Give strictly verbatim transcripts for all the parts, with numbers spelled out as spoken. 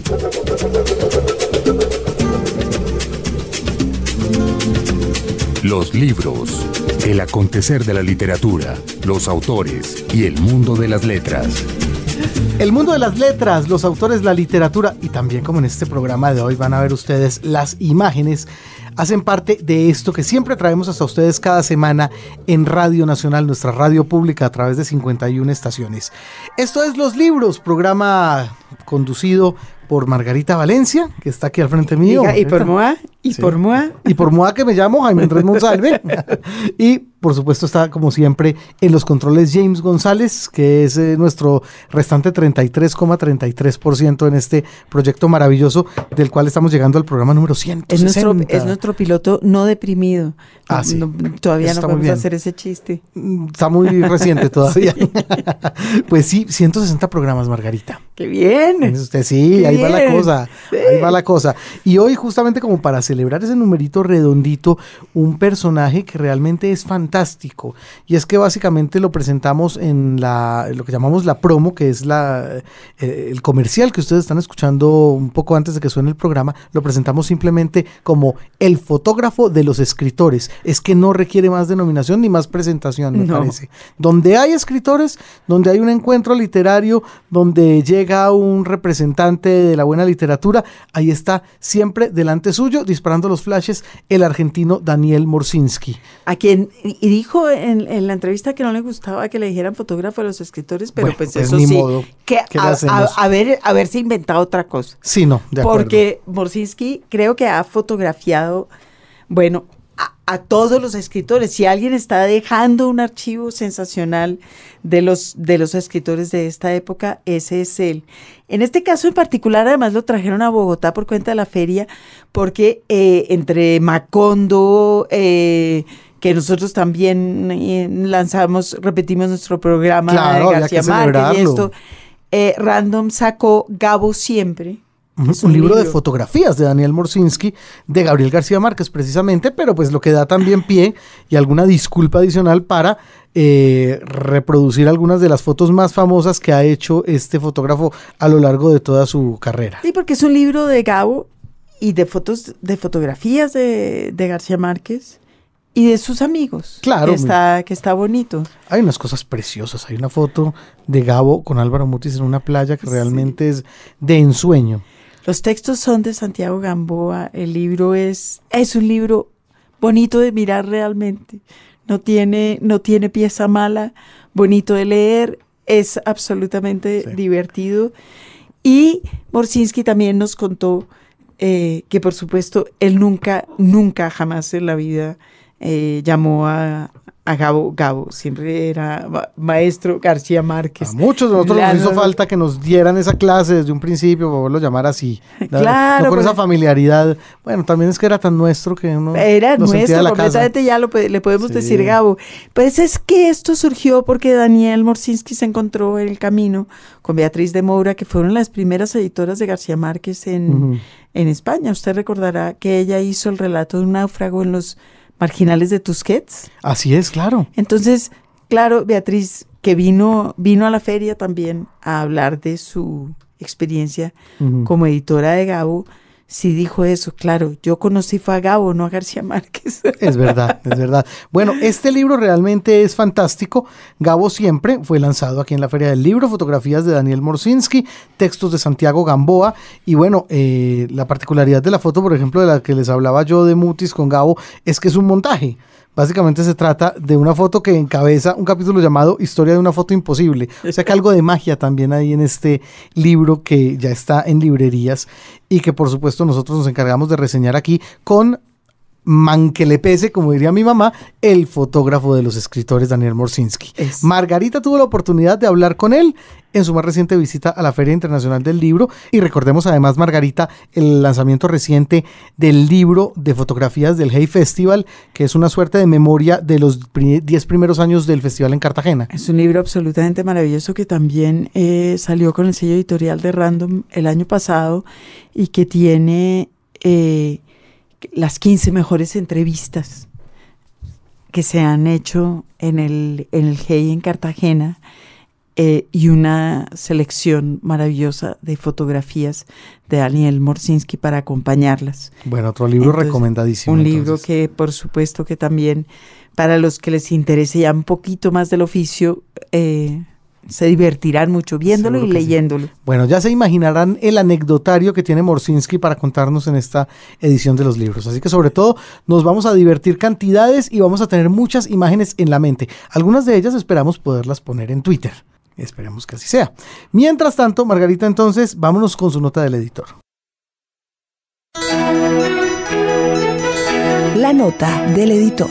Los libros, el acontecer de la literatura, los autores y el mundo de las letras. El mundo de las letras, los autores, la literatura y también, como en este programa de hoy van a ver ustedes, las imágenes hacen parte de esto que siempre traemos hasta ustedes cada semana en Radio Nacional, nuestra radio pública a través de cincuenta y una estaciones. Esto es Los Libros, programa conducido por Margarita Valencia, que está aquí al frente mío. Diga, y por Moa, y sí. por Moa. Y por Moa, que me llamo Jaime Andrés Monsalve. Y por supuesto está, como siempre, en los controles James González, que es eh, nuestro restante treinta y tres coma treinta y tres por ciento en este proyecto maravilloso, del cual estamos llegando al programa número ciento sesenta. Es nuestro, es nuestro piloto no deprimido. Ah, sí. No, todavía Está no podemos hacer ese chiste. Está muy reciente todavía. Sí. Pues sí, ciento sesenta programas, Margarita. ¡Qué bien! Es usted, sí, Qué ahí bien. va la cosa. Sí. Ahí va la cosa. Y hoy, justamente como para celebrar ese numerito redondito, un personaje que realmente es fantástico. Y es que básicamente lo presentamos en la lo que llamamos la promo, que es la eh, el comercial que ustedes están escuchando un poco antes de que suene el programa. Lo presentamos simplemente como el fotógrafo de los escritores. Es que no requiere más denominación ni más presentación, me no. parece. Donde hay escritores, donde hay un encuentro literario, donde llega un representante de la buena literatura, ahí está siempre delante suyo, disparando los flashes, el argentino Daniel Morsinski. A quien, y dijo en, en la entrevista que no le gustaba que le dijeran fotógrafo de los escritores, pero bueno, pues, pues eso ni sí, modo. que a, a, haber, haberse inventado otra cosa. Sí, no, de acuerdo. Porque Morsinski creo que ha fotografiado, bueno, A, a todos los escritores. Si alguien está dejando un archivo sensacional de los, de los escritores de esta época, ese es él. En este caso en particular, además lo trajeron a Bogotá por cuenta de la feria, porque eh, entre Macondo, eh, que nosotros también eh, lanzamos, repetimos nuestro programa claro, de García Márquez y esto, eh, Random sacó Gabo Siempre. Es un, un libro, libro de fotografías de Daniel Morsinski, de Gabriel García Márquez precisamente, pero pues lo que da también pie y alguna disculpa adicional para eh, reproducir algunas de las fotos más famosas que ha hecho este fotógrafo a lo largo de toda su carrera. Sí, porque es un libro de Gabo y de fotos, de fotografías de, de García Márquez y de sus amigos. Claro. Que está, que está bonito. Hay unas cosas preciosas. Hay una foto de Gabo con Álvaro Mutis en una playa que realmente sí. es de ensueño. Los textos son de Santiago Gamboa, el libro es, es un libro bonito de mirar realmente, no tiene, no tiene pieza mala, bonito de leer, es absolutamente sí. divertido. Y Morsinski también nos contó eh, que por supuesto él nunca, nunca jamás en la vida eh, llamó a... a Gabo, Gabo, siempre era ma- maestro García Márquez. A muchos de nosotros nos hizo falta que nos dieran esa clase desde un principio, para poderlo llamar así. Claro. No con pues, esa familiaridad. Bueno, también es que era tan nuestro que uno Era nos nuestro, la completamente casa. ya lo, le podemos sí. decir Gabo. Pues es que esto surgió porque Daniel Morsinski se encontró en el camino con Beatriz de Moura, que fueron las primeras editoras de García Márquez en, uh-huh. en España. Usted recordará que ella hizo el relato de un náufrago en los Marginales de Tusquets. Así es, claro. Entonces, claro, Beatriz, que vino, vino a la feria también a hablar de su experiencia uh-huh. como editora de Gabo, sí dijo eso, claro, yo conocí fue a Gabo, no a García Márquez. Es verdad, es verdad. Bueno, este libro realmente es fantástico. Gabo Siempre fue lanzado aquí en la Feria del Libro, fotografías de Daniel Morsinski, textos de Santiago Gamboa, y bueno, eh, la particularidad de la foto, por ejemplo, de la que les hablaba yo de Mutis con Gabo, es que es un montaje. Básicamente se trata de una foto que encabeza un capítulo llamado Historia de una foto imposible. O sea que algo de magia también hay en este libro que ya está en librerías y que por supuesto nosotros nos encargamos de reseñar aquí con man que le pese, como diría mi mamá, el fotógrafo de los escritores Daniel Morsinski. Es. Margarita tuvo la oportunidad de hablar con él en su más reciente visita a la Feria Internacional del Libro y recordemos además, Margarita, el lanzamiento reciente del libro de fotografías del Hey Festival, que es una suerte de memoria de los diez primeros años del festival en Cartagena. Es un libro absolutamente maravilloso que también eh, salió con el sello editorial de Random el año pasado y que tiene eh, las quince mejores entrevistas que se han hecho en el, en el Hey en Cartagena. eh, y una selección maravillosa de fotografías de Daniel Morsinski para acompañarlas. Bueno, otro libro entonces, recomendadísimo. Un entonces. libro que por supuesto que también para los que les interese ya un poquito más del oficio, eh, se divertirán mucho viéndolo Seguro y leyéndolo. Sí. Bueno, ya se imaginarán el anecdotario que tiene Morsinski para contarnos en esta edición de los libros. Así que sobre todo nos vamos a divertir cantidades y vamos a tener muchas imágenes en la mente. Algunas de ellas esperamos poderlas poner en Twitter. Esperemos que así sea. Mientras tanto, Margarita, entonces, vámonos con su nota del editor. La nota del editor.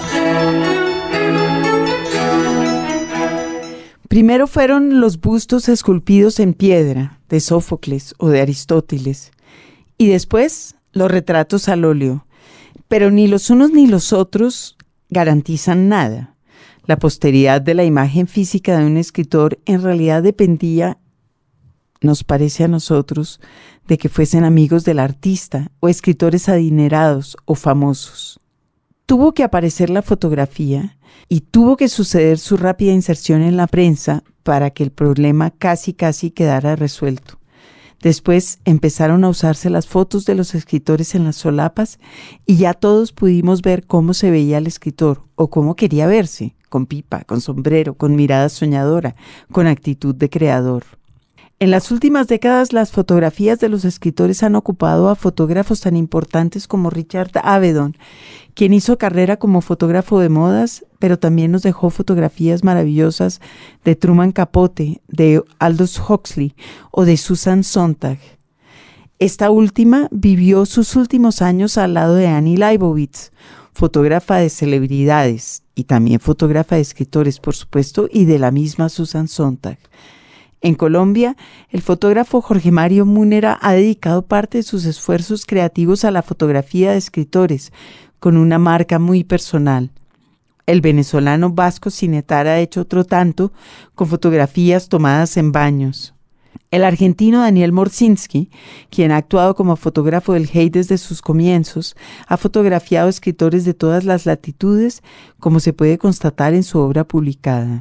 Primero fueron los bustos esculpidos en piedra de Sófocles o de Aristóteles, y después los retratos al óleo. Pero ni los unos ni los otros garantizan nada. La posteridad de la imagen física de un escritor en realidad dependía, nos parece a nosotros, de que fuesen amigos del artista o escritores adinerados o famosos. Tuvo que aparecer la fotografía y tuvo que suceder su rápida inserción en la prensa para que el problema casi casi quedara resuelto. Después empezaron a usarse las fotos de los escritores en las solapas y ya todos pudimos ver cómo se veía el escritor o cómo quería verse, con pipa, con sombrero, con mirada soñadora, con actitud de creador. En las últimas décadas, las fotografías de los escritores han ocupado a fotógrafos tan importantes como Richard Avedon, quien hizo carrera como fotógrafo de modas, pero también nos dejó fotografías maravillosas de Truman Capote, de Aldous Huxley o de Susan Sontag. Esta última vivió sus últimos años al lado de Annie Leibovitz, fotógrafa de celebridades y también fotógrafa de escritores, por supuesto, y de la misma Susan Sontag. En Colombia, el fotógrafo Jorge Mario Múnera ha dedicado parte de sus esfuerzos creativos a la fotografía de escritores, con una marca muy personal. El venezolano Vasco Cinetar ha hecho otro tanto, con fotografías tomadas en baños. El argentino Daniel Morsinski, quien ha actuado como fotógrafo del Hey desde sus comienzos, ha fotografiado escritores de todas las latitudes, como se puede constatar en su obra publicada.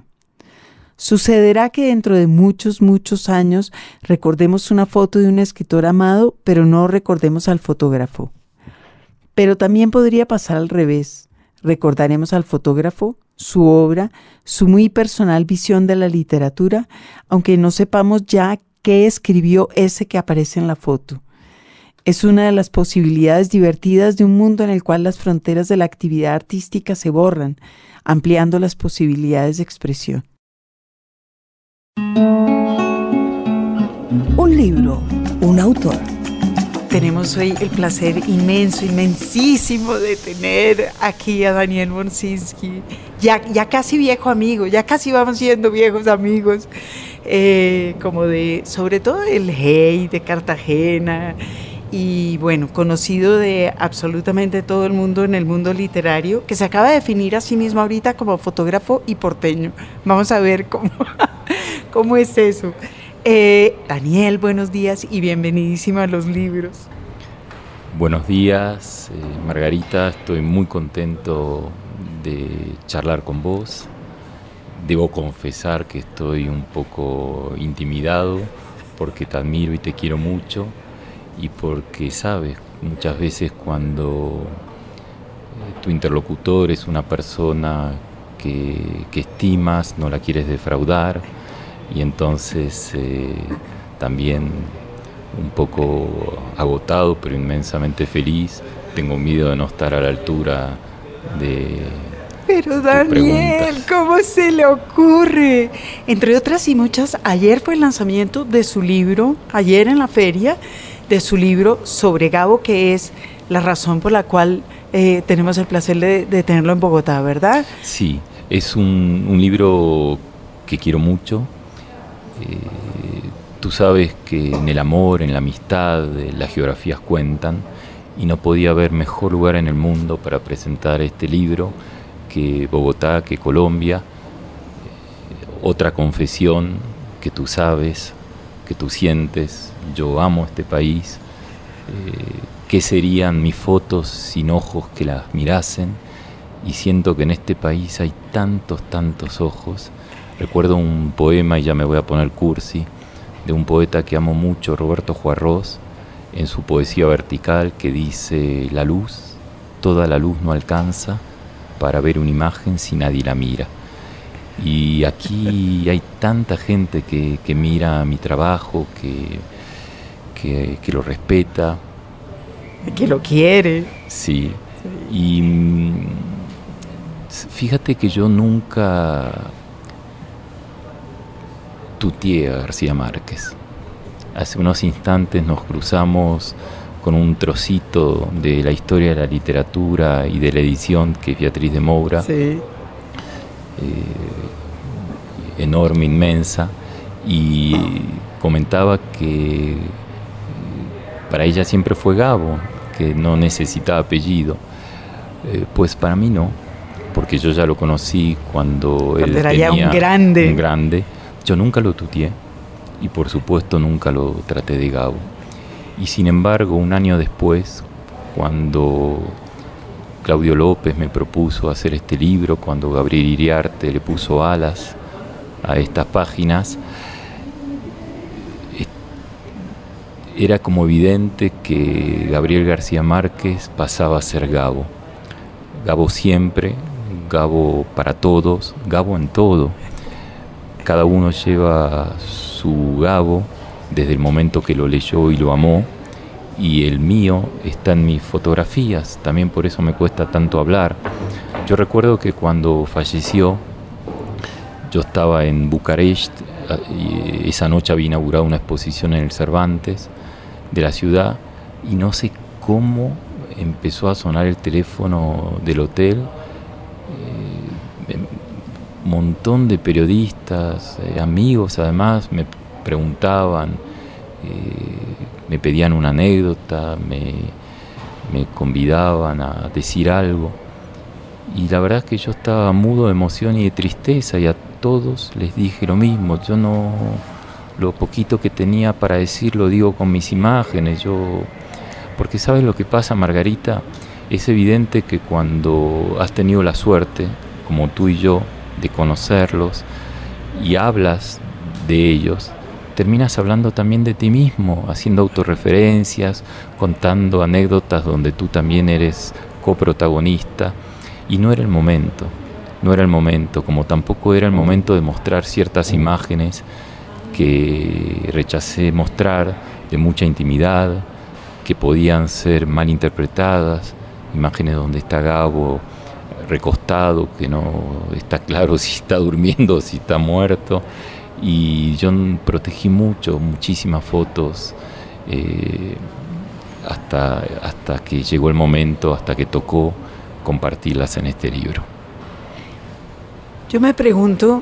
Sucederá que dentro de muchos, muchos años recordemos una foto de un escritor amado, pero no recordemos al fotógrafo. Pero también podría pasar al revés. Recordaremos al fotógrafo, su obra, su muy personal visión de la literatura, aunque no sepamos ya qué escribió ese que aparece en la foto. Es una de las posibilidades divertidas de un mundo en el cual las fronteras de la actividad artística se borran, ampliando las posibilidades de expresión. Un libro, un autor. Tenemos hoy el placer inmenso, inmensísimo de tener aquí a Daniel Morsinski, ya, ya casi viejo amigo, ya casi vamos siendo viejos amigos, eh, como de, sobre todo el Hey de Cartagena, y bueno, conocido de absolutamente todo el mundo en el mundo literario, que se acaba de definir a sí mismo ahorita como fotógrafo y porteño. Vamos a ver cómo, cómo es eso. Eh, Daniel, buenos días y bienvenidísimo a los libros. Buenos días, eh, Margarita, estoy muy contento de charlar con vos. Debo confesar que estoy un poco intimidado porque te admiro y te quiero mucho y porque, sabes, muchas veces cuando eh, tu interlocutor es una persona que, que estimas, no la quieres defraudar. Y entonces eh, también un poco agotado, pero inmensamente feliz. Tengo miedo de no estar a la altura de... Pero Daniel, ¿cómo se le ocurre? Entre otras y muchas, ayer fue el lanzamiento de su libro, ayer en la feria, de su libro sobre Gabo, que es la razón por la cual eh, tenemos el placer de, de tenerlo en Bogotá, ¿verdad? Sí, es un, un libro que quiero mucho. Eh, tú sabes que en el amor, en la amistad, eh, las geografías cuentan y no podía haber mejor lugar en el mundo para presentar este libro que Bogotá, que Colombia. Eh, otra confesión que tú sabes, que tú sientes, yo amo este país. Eh, ¿Qué serían mis fotos sin ojos que las mirasen? Y siento que en este país hay tantos, tantos ojos. Recuerdo un poema, y ya me voy a poner cursi, de un poeta que amo mucho, Roberto Juarros, en su poesía vertical, que dice: la luz, toda la luz no alcanza para ver una imagen si nadie la mira. Y aquí hay tanta gente que, que mira mi trabajo, que, que, que lo respeta. Que lo quiere. Sí. Y mm, fíjate que yo nunca tuteé a García Márquez. Hace unos instantes nos cruzamos con un trocito de la historia de la literatura y de la edición, que es Beatriz de Moura. Sí. Eh, enorme, inmensa, y comentaba que eh, para ella siempre fue Gabo, que no necesitaba apellido. Eh, pues para mí no, porque yo ya lo conocí cuando, cuando él era tenía ya un grande. un grande. Yo nunca lo tuteé y por supuesto nunca lo traté de Gabo. Y sin embargo, un año después, cuando Claudio López me propuso hacer este libro, cuando Gabriel Iriarte le puso alas a estas páginas, era como evidente que Gabriel García Márquez pasaba a ser Gabo. Gabo siempre, Gabo para todos, Gabo en todo. Cada uno lleva su Gabo desde el momento que lo leyó y lo amó, y el mío está en mis fotografías, también por eso me cuesta tanto hablar. Yo recuerdo que cuando falleció, yo estaba en Bucarest, y esa noche había inaugurado una exposición en el Cervantes de la ciudad, y no sé cómo empezó a sonar el teléfono del hotel. Eh, un montón de periodistas, eh, amigos además, me preguntaban, eh, me pedían una anécdota, me, me convidaban a decir algo, y la verdad es que yo estaba mudo de emoción y de tristeza, y a todos les dije lo mismo. Yo no, lo poquito que tenía para decir lo digo con mis imágenes, yo, porque ¿sabes lo que pasa, Margarita? Es evidente que cuando has tenido la suerte, como tú y yo, de conocerlos y hablas de ellos, terminas hablando también de ti mismo, haciendo autorreferencias, contando anécdotas donde tú también eres coprotagonista, y no era el momento, no era el momento, como tampoco era el momento de mostrar ciertas imágenes que rechacé mostrar, de mucha intimidad, que podían ser mal interpretadas, imágenes donde está Gabo recostado, que no está claro si está durmiendo o si está muerto. Y yo protegí mucho, muchísimas fotos, eh, hasta, hasta que llegó el momento, hasta que tocó compartirlas en este libro. Yo me pregunto,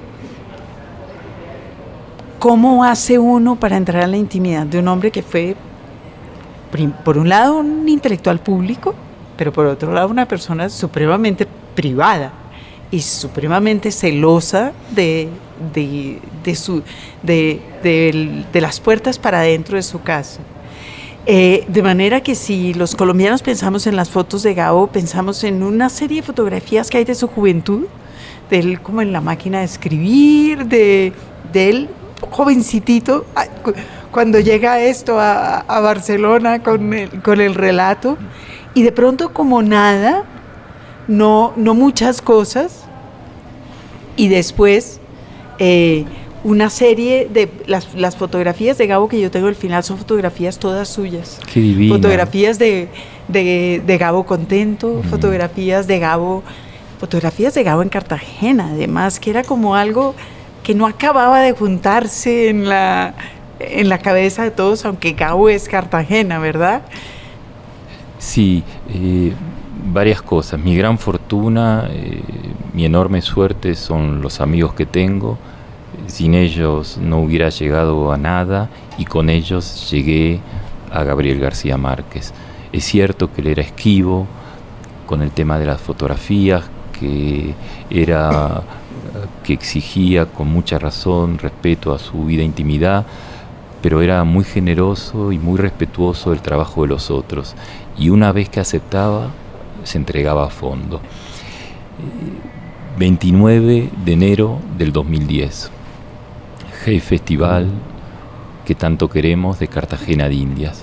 ¿cómo hace uno para entrar en la intimidad de un hombre que fue, por un lado, un intelectual público, pero por otro lado, una persona supremamente privada y supremamente celosa de, de, de, su, de, de, de las puertas para adentro de su casa? Eh, de manera que si los colombianos pensamos en las fotos de Gabo, pensamos en una serie de fotografías que hay de su juventud, de él como en la máquina de escribir, de, de él jovencitito, cuando llega esto a, a Barcelona con el, con el relato, y de pronto como nada, no, no muchas cosas, y después eh, una serie de las, las fotografías de Gabo que yo tengo al final son fotografías todas suyas. Qué divina. Fotografías de, de, de Gabo contento, mm. fotografías de Gabo, fotografías de Gabo en Cartagena, además, que era como algo que no acababa de juntarse en la, en la cabeza de todos, aunque Gabo es Cartagena, ¿verdad? Sí, eh, varias cosas. Mi gran fortuna, eh, mi enorme suerte son los amigos que tengo. Sin ellos no hubiera llegado a nada, y con ellos llegué a Gabriel García Márquez. Es cierto que él era esquivo con el tema de las fotografías, que era que exigía con mucha razón respeto a su vida e intimidad, pero era muy generoso y muy respetuoso del trabajo de los otros, y una vez que aceptaba, se entregaba a fondo. veintinueve de enero del dos mil diez. Hey Festival que tanto queremos de Cartagena de Indias.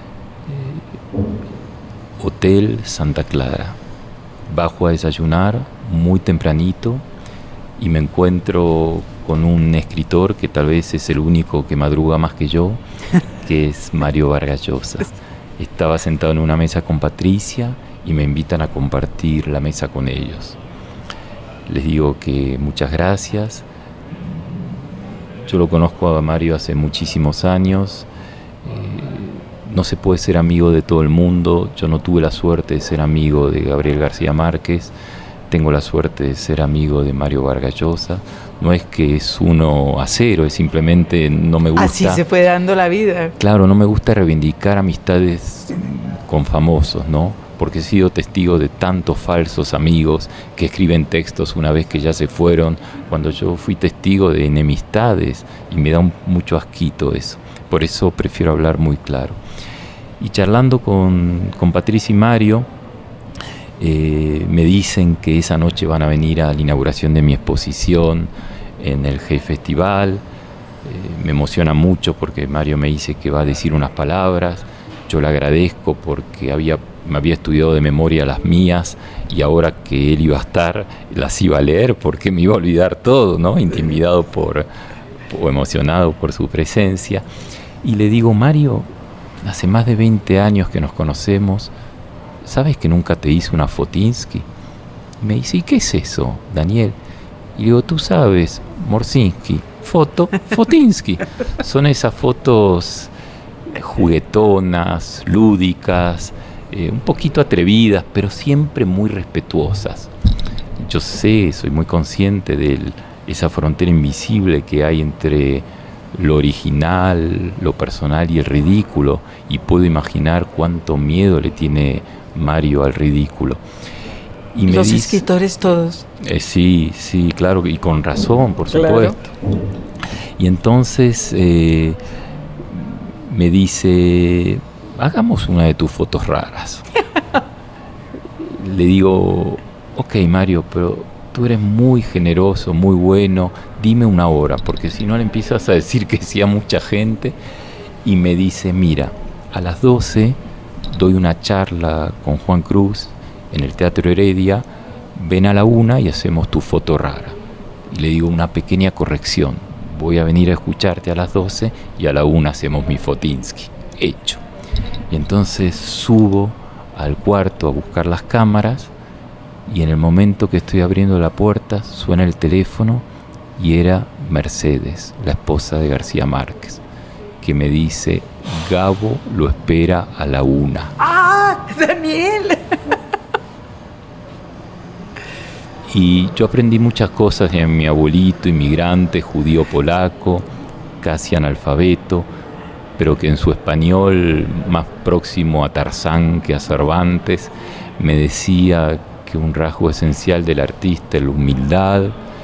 Eh, Hotel Santa Clara. Bajo a desayunar muy tempranito y me encuentro con un escritor que tal vez es el único que madruga más que yo, que es Mario Vargas Llosa. Estaba sentado en una mesa con Patricia y me invitan a compartir la mesa con ellos. Les digo que muchas gracias. Yo lo conozco a Mario hace muchísimos años. Eh, no se puede ser amigo de todo el mundo. Yo no tuve la suerte de ser amigo de Gabriel García Márquez. Tengo la suerte de ser amigo de Mario Vargas Llosa. No es que es uno a cero, es simplemente no me gusta... Así se fue dando la vida. Claro, no me gusta reivindicar amistades con famosos, ¿no? Porque he sido testigo de tantos falsos amigos que escriben textos una vez que ya se fueron, cuando yo fui testigo de enemistades y me da un, mucho asquito eso. Por eso prefiero hablar muy claro. Y charlando con, con Patricia y Mario, eh, me dicen que esa noche van a venir a la inauguración de mi exposición en el Hey Festival. Eh, me emociona mucho porque Mario me dice que va a decir unas palabras. Yo le agradezco porque había, me había estudiado de memoria las mías y ahora que él iba a estar, las iba a leer porque me iba a olvidar todo, ¿no? Intimidado por, o emocionado por su presencia. Y le digo, Mario, hace más de veinte años que nos conocemos, ¿sabes que nunca te hice una Fotinsky? Y me dice, ¿y qué es eso, Daniel? Y digo, tú sabes, Morsinski, foto, Fotinsky. Son esas fotos juguetonas, lúdicas, eh, un poquito atrevidas, pero siempre muy respetuosas. Yo sé, soy muy consciente de esa frontera invisible que hay entre lo original, lo personal y el ridículo, y puedo imaginar cuánto miedo le tiene Mario al ridículo. Y me Los dice, escritores todos. Eh, sí, sí, claro, y con razón, por Claro. supuesto. Y entonces eh, me dice, hagamos una de tus fotos raras. Le digo, ok, Mario, pero tú eres muy generoso, muy bueno, dime una hora, porque si no le empiezas a decir que sí a mucha gente. Y me dice, mira, a las doce doy una charla con Juan Cruz en el Teatro Heredia, ven a la una y hacemos tu foto rara. Y le digo una pequeña corrección, voy a venir a escucharte a las doce y a la una hacemos mi Fotinsky. Hecho. Y entonces subo al cuarto a buscar las cámaras y en el momento que estoy abriendo la puerta suena el teléfono y era Mercedes, la esposa de García Márquez, que me dice, Gabo lo espera a la una. ¡Ah, Daniel! Y yo aprendí muchas cosas de mi abuelito, inmigrante, judío polaco, casi analfabeto, pero que en su español más próximo a Tarzán que a Cervantes, me decía que un rasgo esencial del artista es la humildad,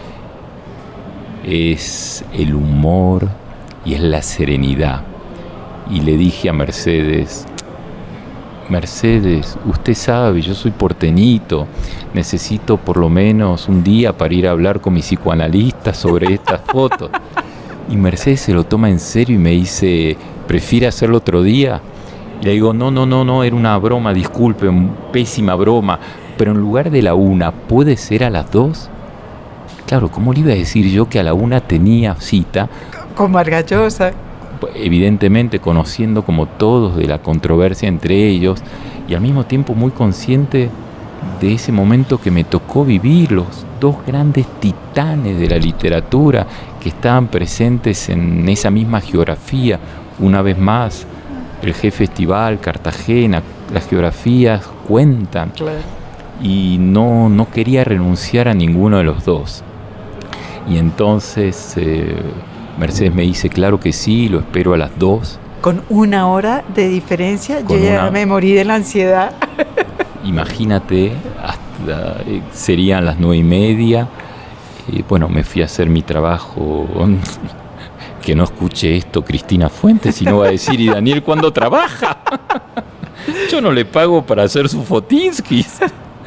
es el humor y es la serenidad. Y le dije a Mercedes, Mercedes, usted sabe, yo soy porteñito, necesito por lo menos un día para ir a hablar con mi psicoanalista sobre estas fotos. Y Mercedes se lo toma en serio y me dice, ¿prefiere hacerlo otro día? Y le digo, no, no, no, no, era una broma, disculpe, pésima broma, pero en lugar de la una, ¿puede ser a las dos? Claro, ¿cómo le iba a decir yo que a la una tenía cita? Con Vargas Llosa. Evidentemente conociendo como todos de la controversia entre ellos y al mismo tiempo muy consciente de ese momento que me tocó vivir, los dos grandes titanes de la literatura que estaban presentes en esa misma geografía. Una vez más, el Hey Festival, Cartagena, las geografías cuentan. Claro. Y no, no quería renunciar a ninguno de los dos. Y entonces eh, Mercedes me dice, claro que sí, lo espero a las dos. Con una hora de diferencia, Con yo ya una- me morí de la ansiedad. Imagínate, hasta, eh, serían las nueve y media. Eh, bueno, me fui a hacer mi trabajo. Que no escuche esto Cristina Fuentes, sino va a decir, ¿y Daniel cuándo trabaja? Yo no le pago para hacer sus Fotinskis.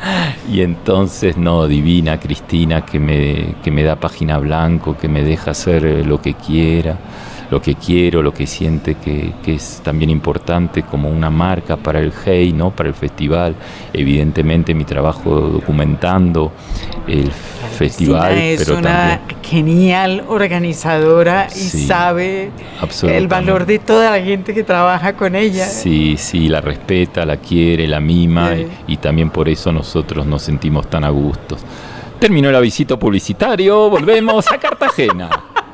Y entonces, no, divina Cristina, que me, que me da página blanco, que me deja hacer lo que quiera, lo que quiero, lo que siente que, que es también importante como una marca para el G E I, ¿no? Para el festival. Evidentemente mi trabajo documentando el festival, es pero una también genial organizadora y sí, sabe el valor de toda la gente que trabaja con ella. Sí, sí, la respeta, la quiere, la mima, sí. y, y también por eso nosotros nos sentimos tan a gustos. Terminó el avisito publicitario, volvemos a Cartagena.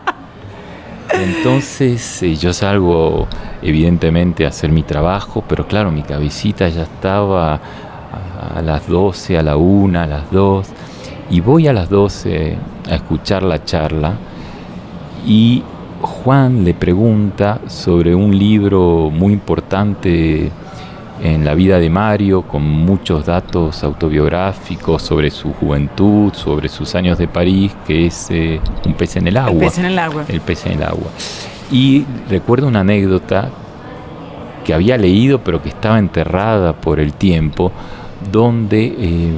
Entonces eh, yo salgo evidentemente a hacer mi trabajo, pero claro, mi cabecita ya estaba a, a las doce, a la una, a las dos, y voy a las doce a escuchar la charla y Juan le pregunta sobre un libro muy importante en la vida de Mario, con muchos datos autobiográficos sobre su juventud, sobre sus años de París, que es eh, Un pez en el agua. El pez en el agua. El pez en el agua. Y recuerdo una anécdota que había leído, pero que estaba enterrada por el tiempo, donde eh,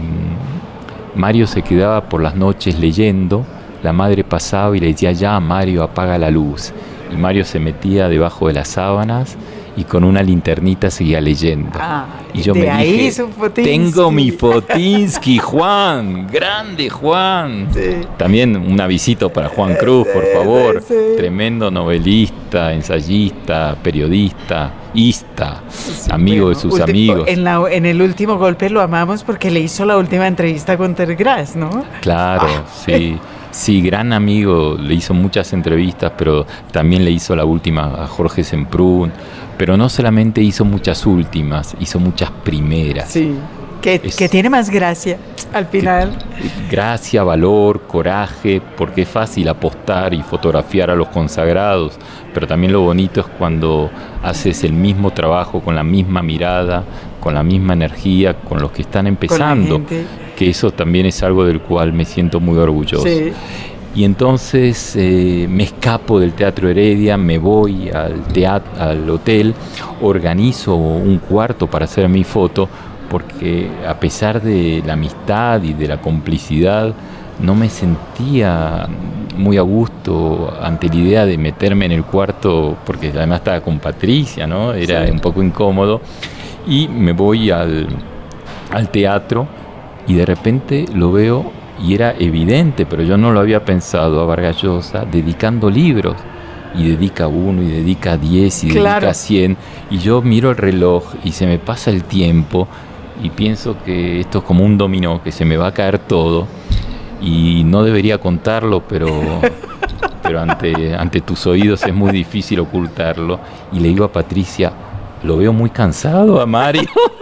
Mario se quedaba por las noches leyendo, la madre pasaba y le decía, ya Mario, apaga la luz. Y Mario se metía debajo de las sábanas y con una linternita seguía leyendo. Ah, y yo me dije, tengo mi Fotinsky, Juan, grande Juan. Sí. También un avisito para Juan Cruz, por favor. Sí, sí. Tremendo novelista, ensayista, periodista, ista, sí, amigo bueno, de sus amigos. En, la, en el último golpe lo amamos porque le hizo la última entrevista con Ter Grass, ¿no? Claro, ah. sí. Sí, gran amigo, le hizo muchas entrevistas, pero también le hizo la última a Jorge Semprún, pero no solamente hizo muchas últimas, hizo muchas primeras. Sí, que, es, que tiene más gracia al final. Que, gracia, valor, coraje, porque es fácil apostar y fotografiar a los consagrados, pero también lo bonito es cuando haces el mismo trabajo con la misma mirada, con la misma energía, con los que están empezando, que eso también es algo del cual me siento muy orgulloso. Sí. Y entonces eh, me escapo del Teatro Heredia, me voy al, teatro, al hotel, organizo un cuarto para hacer mi foto, porque a pesar de la amistad y de la complicidad, no me sentía muy a gusto ante la idea de meterme en el cuarto, porque además estaba con Patricia, ¿no? Era sí. un poco incómodo. Y me voy al, al teatro y de repente lo veo y era evidente, pero yo no lo había pensado, a Vargas Llosa dedicando libros. Y dedica uno, y dedica diez, y claro. dedica cien. Y yo miro el reloj y se me pasa el tiempo y pienso que esto es como un dominó, que se me va a caer todo. Y no debería contarlo, pero, pero ante, ante tus oídos es muy difícil ocultarlo. Y le digo a Patricia, lo veo muy cansado a Mario.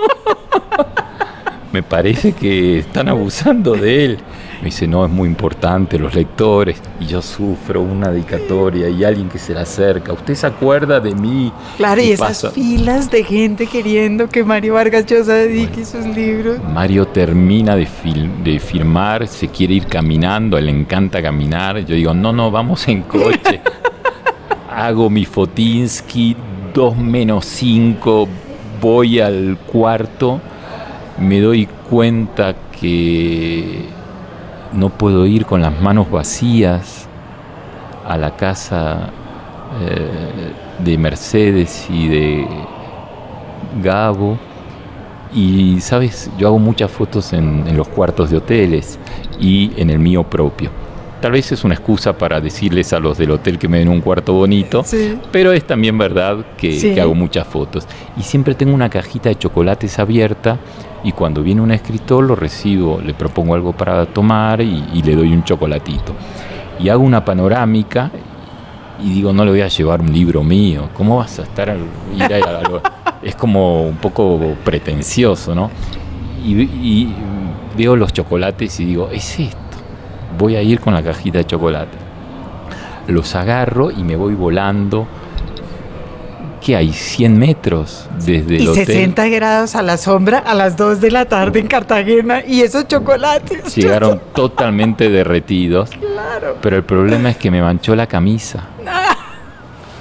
Me parece que están abusando de él. Me dice, no, es muy importante, los lectores. Y yo sufro una dedicatoria y alguien que se le acerca. ¿Usted se acuerda de mí? Claro, y, y esas pasa... filas de gente queriendo que Mario Vargas Llosa dedique bueno, sus libros. Mario termina de, fil- de firmar, se quiere ir caminando, a él le encanta caminar. Yo digo, no, no, vamos en coche. Hago mi Fotinsky, dos menos cinco, voy al cuarto, me doy cuenta que no puedo ir con las manos vacías a la casa eh, de Mercedes y de Gabo. Y, ¿sabes? Yo hago muchas fotos en, en los cuartos de hoteles y en el mío propio. Tal vez es una excusa para decirles a los del hotel que me den un cuarto bonito, sí. pero es también verdad que, sí. que hago muchas fotos. Y siempre tengo una cajita de chocolates abierta y cuando viene un escritor lo recibo, le propongo algo para tomar y, y le doy un chocolatito. Y hago una panorámica y digo, no le voy a llevar un libro mío. ¿Cómo vas a estar? Ir a, a, es como un poco pretencioso, ¿no? Y, y veo los chocolates y digo, es esto. Voy a ir con la cajita de chocolate. Los agarro y me voy volando. ¿Qué hay? cien metros desde el y hotel. sesenta grados a la sombra a las dos de la tarde en Cartagena. Y esos chocolates. Llegaron totalmente derretidos. Claro. Pero el problema es que me manchó la camisa.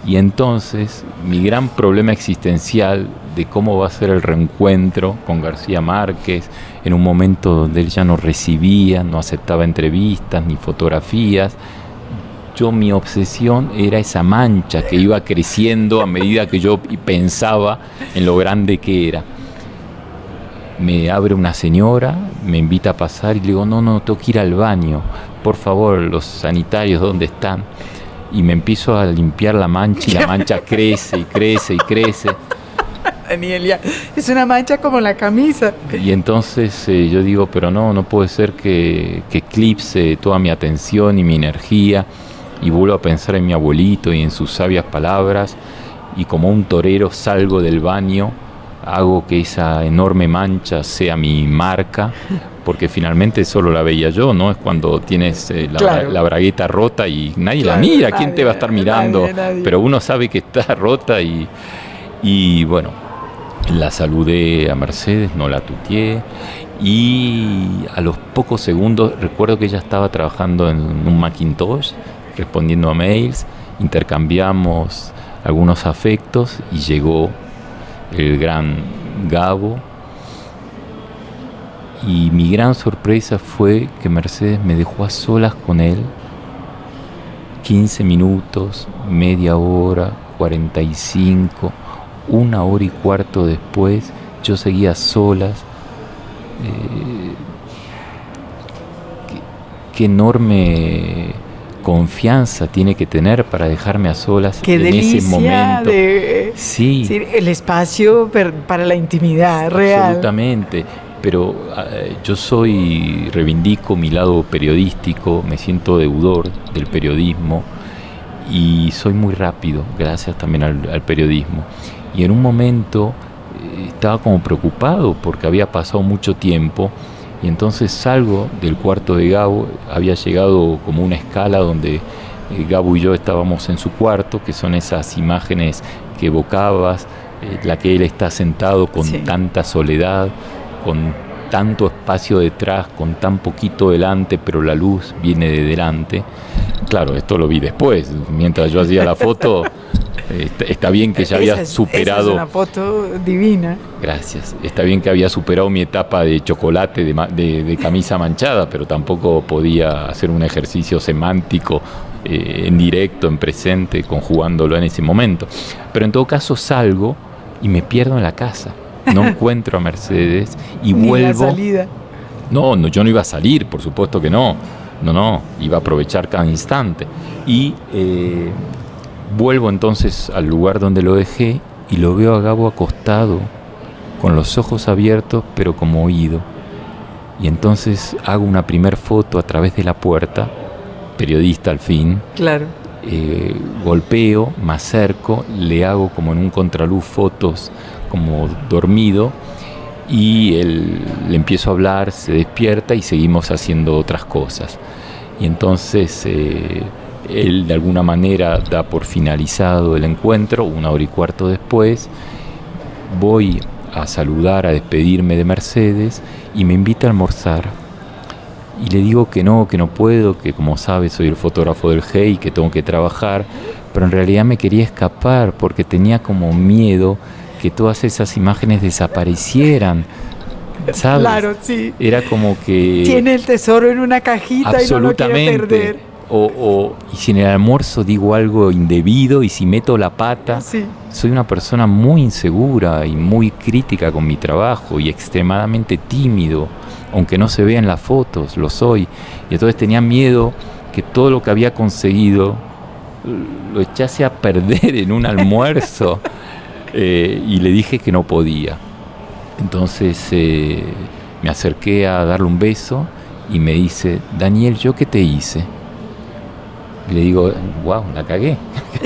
Y entonces mi gran problema existencial de cómo va a ser el reencuentro con García Márquez, en un momento donde él ya no recibía, no aceptaba entrevistas ni fotografías, yo mi obsesión era esa mancha que iba creciendo a medida que yo pensaba en lo grande que era. Me abre una señora, me invita a pasar y le digo, no, no, tengo que ir al baño, por favor, los sanitarios, ¿dónde están? Y me empiezo a limpiar la mancha y la mancha crece y crece y crece. Daniel, ya, es una mancha como la camisa. Y entonces eh, yo digo, pero no, no puede ser que, que eclipse toda mi atención y mi energía, y vuelvo a pensar en mi abuelito y en sus sabias palabras, y como un torero salgo del baño, hago que esa enorme mancha sea mi marca, porque finalmente solo la veía yo, ¿no? Es cuando tienes eh, la, claro. la bragueta rota y nadie claro, la mira, ¿quién nadie, te va a estar mirando? Nadie, nadie. Pero uno sabe que está rota y, y bueno, la saludé a Mercedes, no la tuteé, y a los pocos segundos recuerdo que ella estaba trabajando en un Macintosh, respondiendo a mails, intercambiamos algunos afectos y llegó el gran Gabo, y mi gran sorpresa fue que Mercedes me dejó a solas con él quince minutos, media hora, cuarenta y cinco, una hora y cuarto después yo seguía a solas. eh, qué, qué enorme confianza tiene que tener para dejarme a solas Qué en delicia ese momento. De, sí. sí, el espacio per, para la intimidad real. Absolutamente. Pero uh, yo soy, reivindico mi lado periodístico, me siento deudor del periodismo y soy muy rápido, gracias también al, al periodismo. Y en un momento eh, estaba como preocupado porque había pasado mucho tiempo. Y entonces salgo del cuarto de Gabo, había llegado como una escala donde eh, Gabo y yo estábamos en su cuarto, que son esas imágenes que evocabas, eh, la que él está sentado con sí. tanta soledad, con tanto espacio detrás, con tan poquito delante, pero la luz viene de delante. Claro, esto lo vi después, mientras yo hacía la foto. Está, está bien que ya había esa es, superado. Esa es una foto divina. Gracias. Está bien que había superado mi etapa de chocolate, de, de, de camisa manchada, pero tampoco podía hacer un ejercicio semántico eh, en directo, en presente, conjugándolo en ese momento. Pero en todo caso salgo y me pierdo en la casa. No encuentro a Mercedes y Ni vuelvo. La salida. No, no, yo no iba a salir, por supuesto que no. No, no, iba a aprovechar cada instante. Y eh, vuelvo entonces al lugar donde lo dejé y lo veo a Gabo acostado, con los ojos abiertos, pero como oído. Y entonces hago una primer foto a través de la puerta, periodista al fin. Claro. Eh, golpeo, me acerco, le hago como en un contraluz fotos como dormido y él, le empiezo a hablar, se despierta y seguimos haciendo otras cosas. Y entonces eh, él de alguna manera da por finalizado el encuentro, una hora y cuarto después. Voy a saludar, a despedirme de Mercedes y me invita a almorzar. Y le digo que no, que no puedo, que como sabe soy el fotógrafo del G E I, que tengo que trabajar, pero en realidad me quería escapar porque tenía como miedo que todas esas imágenes desaparecieran, ¿sabes? Claro, sí. Era como que... Tiene el tesoro en una cajita y no lo quiere perder. O, o, y si en el almuerzo digo algo indebido y si meto la pata, sí. Soy una persona muy insegura y muy crítica con mi trabajo y extremadamente tímido, aunque no se vea en las fotos, lo soy. Y entonces tenía miedo que todo lo que había conseguido lo echase a perder en un almuerzo. eh, y le dije que no podía. Entonces eh, me acerqué a darle un beso y me dice, Daniel, ¿yo qué te hice? Y le digo, wow, la cagué.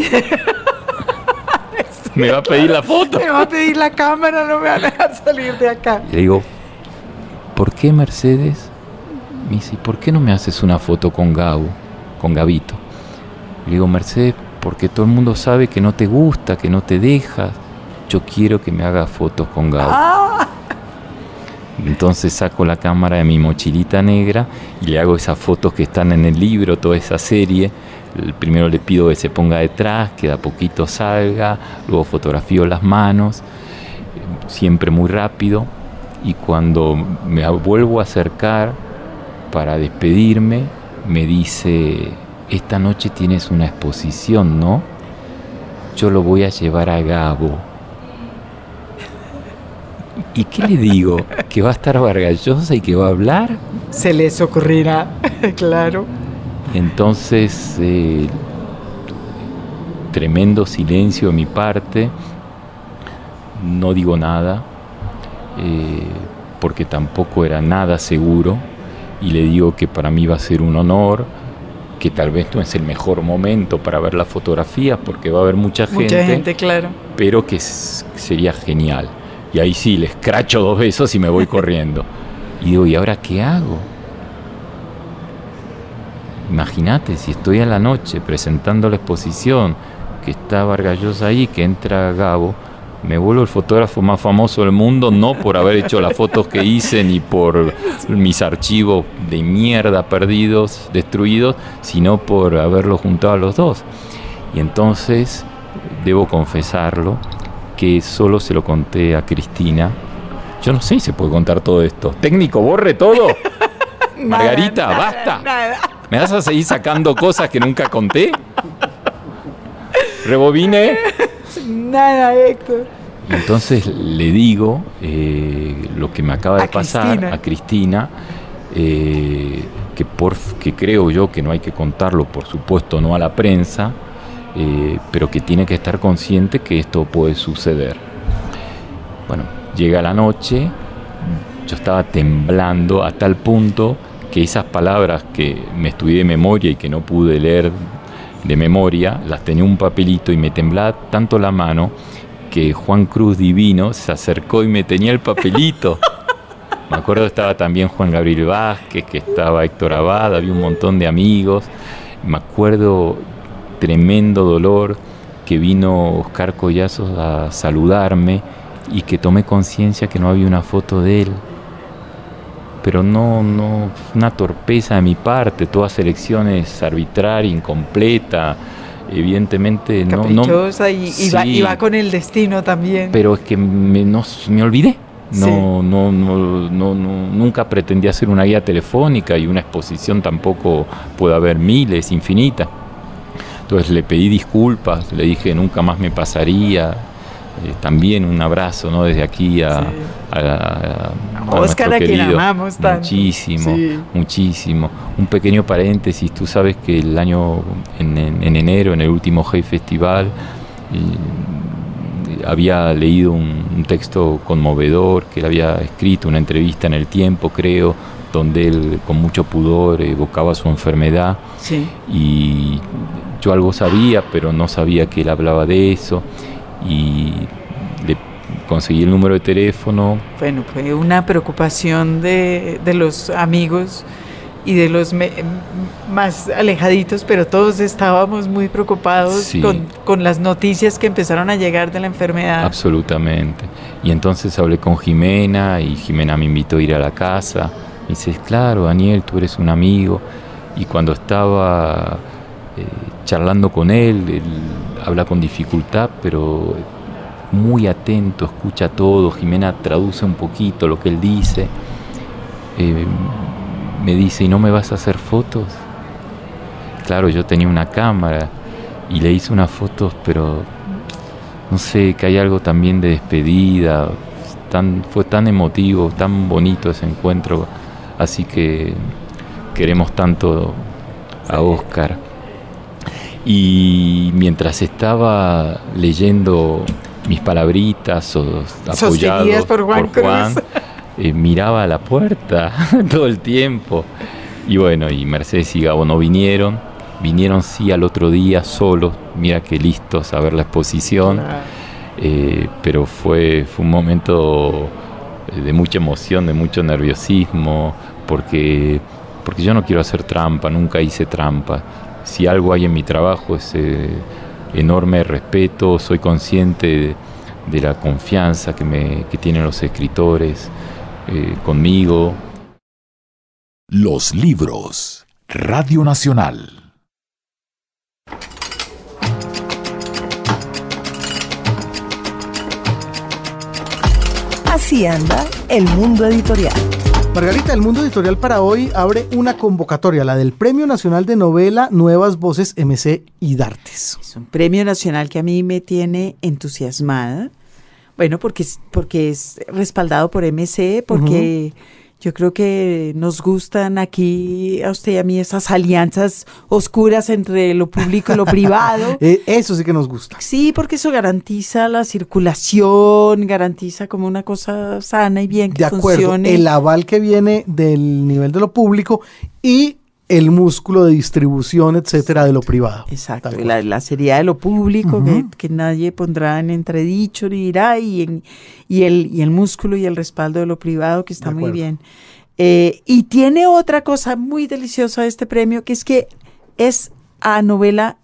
Me va a pedir la foto. Me va a pedir la cámara, no me va a dejar salir de acá. Le digo, ¿por qué, Mercedes? Me dice, ¿por qué no me haces una foto con Gabo, con Gabito? Le digo, Mercedes, porque todo el mundo sabe que no te gusta, que no te dejas. Yo quiero que me hagas fotos con Gabo. Ah. Entonces saco la cámara de mi mochilita negra y le hago esas fotos que están en el libro, toda esa serie, El primero le pido que se ponga detrás, que de a poquito salga, luego fotografío las manos, siempre muy rápido, y cuando me vuelvo a acercar para despedirme, me dice: esta noche tienes una exposición, ¿no? Yo lo voy a llevar a Gabo. ¿Y qué le digo? ¿Que va a estar Vargas Llosa y que va a hablar? Se les ocurrirá, claro. Entonces, eh, tremendo silencio de mi parte, no digo nada, eh, porque tampoco era nada seguro, y le digo que para mí va a ser un honor, que tal vez no es el mejor momento para ver las fotografías, porque va a haber mucha gente, mucha gente, claro, pero que s- sería genial. Y ahí sí, le escracho dos besos y me voy corriendo. Y digo, ¿y ahora qué hago? Imagínate, si estoy a la noche presentando la exposición, que está Vargas Llosa ahí, que entra Gabo, me vuelvo el fotógrafo más famoso del mundo, no por haber hecho las fotos que hice, ni por mis archivos de mierda perdidos, destruidos, sino por haberlos juntado a los dos. Y entonces, debo confesarlo, que solo se lo conté a Cristina. Yo no sé si se puede contar todo esto. Técnico, borre todo. Margarita, nada, basta. nada. ¿Me vas a seguir sacando cosas que nunca conté? Rebobine. Nada, Héctor. Y entonces le digo eh, lo que me acaba de A pasar Cristina. a Cristina, eh, que, por, que creo yo que no hay que contarlo, por supuesto, no a la prensa, eh, pero que tiene que estar consciente que esto puede suceder. Bueno, llega la noche, yo estaba temblando a tal punto que esas palabras que me estudié de memoria y que no pude leer de memoria, las tenía un papelito y me temblaba tanto la mano que Juan Cruz Divino se acercó y me tenía el papelito. Me acuerdo estaba también Juan Gabriel Vázquez, que estaba Héctor Abad, había un montón de amigos. Me acuerdo tremendo dolor que vino Oscar Collazos a saludarme y que tomé conciencia que no había una foto de él. Pero no, no, una torpeza de mi parte, todas elecciones arbitraria, incompleta, evidentemente no, no, Caprichosa y, y, va, sí, y va con el destino también. pero es que me, no, me olvidé. No, Sí. no, no, no, no, nunca pretendí hacer una guía telefónica y una exposición tampoco puede haber miles, infinita. Entonces le pedí disculpas, le dije nunca más me pasaría. Eh, también un abrazo, ¿no? Desde aquí a, Sí. a, a, A Oscar, a quien querido. amamos tanto. Muchísimo, Sí. muchísimo. Un pequeño paréntesis, tú sabes que el año, en, en, en enero, en el último Hey Festival, eh, había leído un, un texto conmovedor que él había escrito, una entrevista en El Tiempo, creo, donde él con mucho pudor evocaba su enfermedad. Sí. Y yo algo sabía, pero no sabía que él hablaba de eso. Y le conseguí el número de teléfono. Bueno, fue una preocupación de, de los amigos y de los me, más alejaditos, pero todos estábamos muy preocupados Sí. con, con las noticias que empezaron a llegar de la enfermedad. Absolutamente. Y entonces hablé con Jimena y Jimena me invitó a ir a la casa. Me dice, claro, Daniel, tú eres un amigo. Y cuando estaba eh, charlando con él, él habla con dificultad, pero muy atento, escucha todo. Jimena traduce un poquito lo que él dice. Eh, me dice, ¿y no me vas a hacer fotos? Claro, yo tenía una cámara y le hice unas fotos, pero no sé, que hay algo también de despedida. Tan, fue tan emotivo, tan bonito ese encuentro. Así que queremos tanto a Oscar. Y mientras estaba leyendo mis palabritas o apoyado por Juan, por Juan eh, miraba a la puerta todo el tiempo. Y bueno, y Mercedes y Gabo no vinieron. Vinieron sí al otro día solos. Mira qué listos a ver la exposición. Eh, pero fue, fue un momento de mucha emoción, de mucho nerviosismo, porque, porque yo no quiero hacer trampa, nunca hice trampa. Si algo hay en mi trabajo es eh, enorme respeto, soy consciente de, de la confianza que, me, que tienen los escritores eh, conmigo. Los libros. Radio Nacional. Así anda el mundo editorial. Margarita, el mundo editorial para hoy abre una convocatoria, la del Premio Nacional de Novela Nuevas Voces M C IDARTES. Es un premio nacional que a mí me tiene entusiasmada. Bueno, porque, porque es respaldado por M C, porque... Uh-huh. Yo creo que nos gustan aquí, a usted y a mí, esas alianzas oscuras entre lo público y lo privado. eh, eso sí que nos gusta. Sí, porque eso garantiza la circulación, garantiza como una cosa sana y bien que de acuerdo, funcione. El aval que viene del nivel de lo público y el músculo de distribución, etcétera, de lo privado. Exacto, la, la seriedad de lo público, uh-huh. que, que nadie pondrá en entredicho ni dirá, y, en, y, el, y el músculo y el respaldo de lo privado, que está muy bien. Eh, y tiene otra cosa muy deliciosa de este premio, que es que es a novela,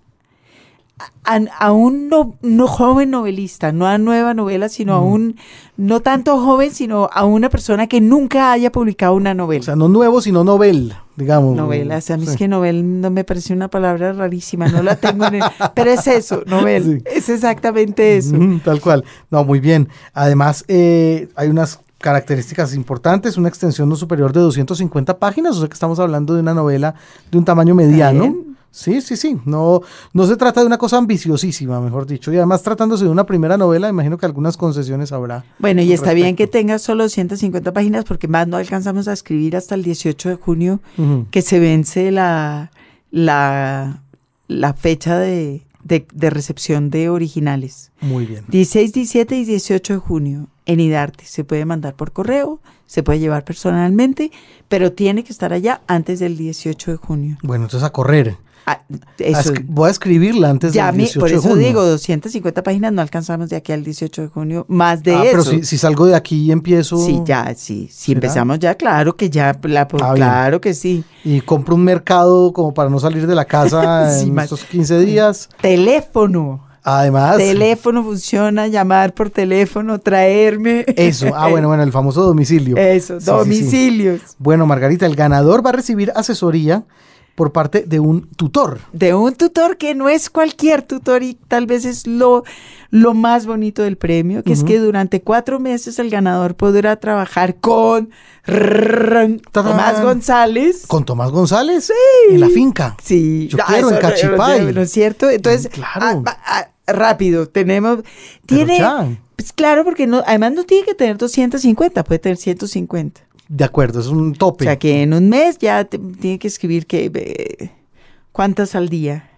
a, a un no, no joven novelista, no a nueva novela, sino uh-huh. a un, no tanto joven, sino a una persona que nunca haya publicado una novela. O sea, no nuevo, sino novel. Digamos. Novela, o sea, a mí sí. es que novel no me parece una palabra rarísima, no la tengo en el, pero es eso, novel, sí. es exactamente eso. Mm, tal cual, no, muy bien. Además, eh, hay unas características importantes, una extensión no superior de doscientas cincuenta páginas, o sea que estamos hablando de una novela de un tamaño mediano. Sí, sí, sí, no, no se trata de una cosa ambiciosísima, mejor dicho, y además tratándose de una primera novela, imagino que algunas concesiones habrá. Bueno, y está respecto. Bien que tenga solo doscientas cincuenta páginas, porque más no alcanzamos a escribir hasta el dieciocho de junio, uh-huh. que se vence la, la, la fecha de, de, de recepción de originales. Muy bien. dieciséis, diecisiete y dieciocho de junio en IDARTES, se puede mandar por correo, se puede llevar personalmente, pero tiene que estar allá antes del dieciocho de junio. Bueno, entonces a correr. Ah, eso, a voy a escribirla antes del dieciocho por de junio. Por eso digo, doscientas cincuenta páginas no alcanzamos de aquí al dieciocho de junio, más de ah, eso. Pero si, si salgo de aquí y empiezo... Sí, ya, sí. Si empezamos ya, claro que ya, la, ah, claro bien. que sí. Y compro un mercado como para no salir de la casa sí, en más. estos quince días. Teléfono. Además. Teléfono funciona, llamar por teléfono, traerme. Eso, ah, bueno, bueno, el famoso domicilio. Eso, sí, domicilios. Sí, sí. Bueno, Margarita, el ganador va a recibir asesoría por parte de un tutor. De un tutor que no es cualquier tutor y tal vez es lo, lo más bonito del premio, que uh-huh. es que durante cuatro meses el ganador podrá trabajar con rrr, Tomás González. ¿Con Tomás González? Sí. En la finca. Sí. Yo ah, quiero, en Cachipay. ¿No es cierto? Entonces, claro. ah, ah, rápido, tenemos... Tiene, pues claro, porque no, además no tiene que tener doscientas cincuenta, puede tener ciento cincuenta. De acuerdo, es un tope. O sea que en un mes ya te, tiene que escribir que eh, ¿cuántas al día?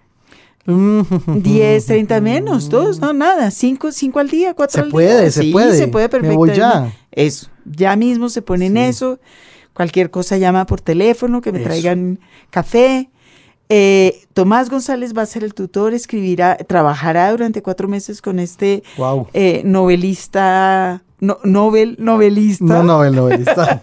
diez, treinta menos, dos, no, nada, cinco, cinco al día, cuatro se al puede, día. Se sí, puede, se puede perfectamente. Me voy ya. Eso, ya mismo se pone en sí. eso, cualquier cosa llama por teléfono, que me eso. traigan café. Eh, Tomás González va a ser el tutor, escribirá, trabajará durante cuatro meses con este wow. eh, novelista... No, novel, novelista. No, novel, novelista.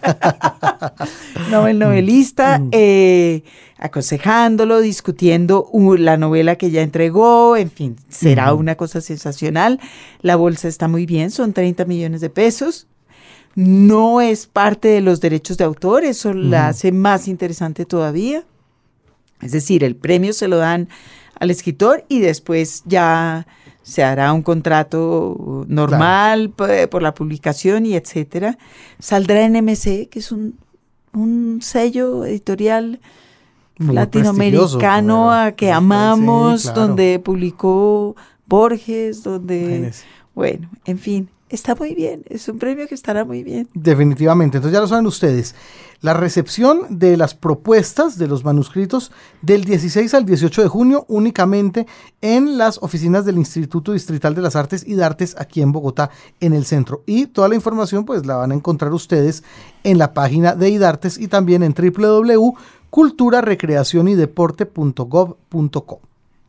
novel, novelista, mm. eh, aconsejándolo, discutiendo uh, la novela que ya entregó, en fin, será mm. una cosa sensacional. La bolsa está muy bien, son treinta millones de pesos. No es parte de los derechos de autor, eso mm. la hace más interesante todavía. Es decir, el premio se lo dan al escritor y después ya... se hará un contrato normal claro. p- por la publicación y etcétera. Saldrá en M C, que es un, un sello editorial muy latinoamericano a que amamos, sí, claro. donde publicó Borges, donde... Imagínese. Bueno, en fin, está muy bien, es un premio que estará muy bien. Definitivamente, entonces ya lo saben ustedes. La recepción de las propuestas de los manuscritos del dieciséis al dieciocho de junio únicamente en las oficinas del Instituto Distrital de las Artes IDARTES aquí en Bogotá, en el centro. Y toda la información pues la van a encontrar ustedes en la página de IDARTES y también en doble u doble u doble u punto cultura recreación y deporte punto gov punto co.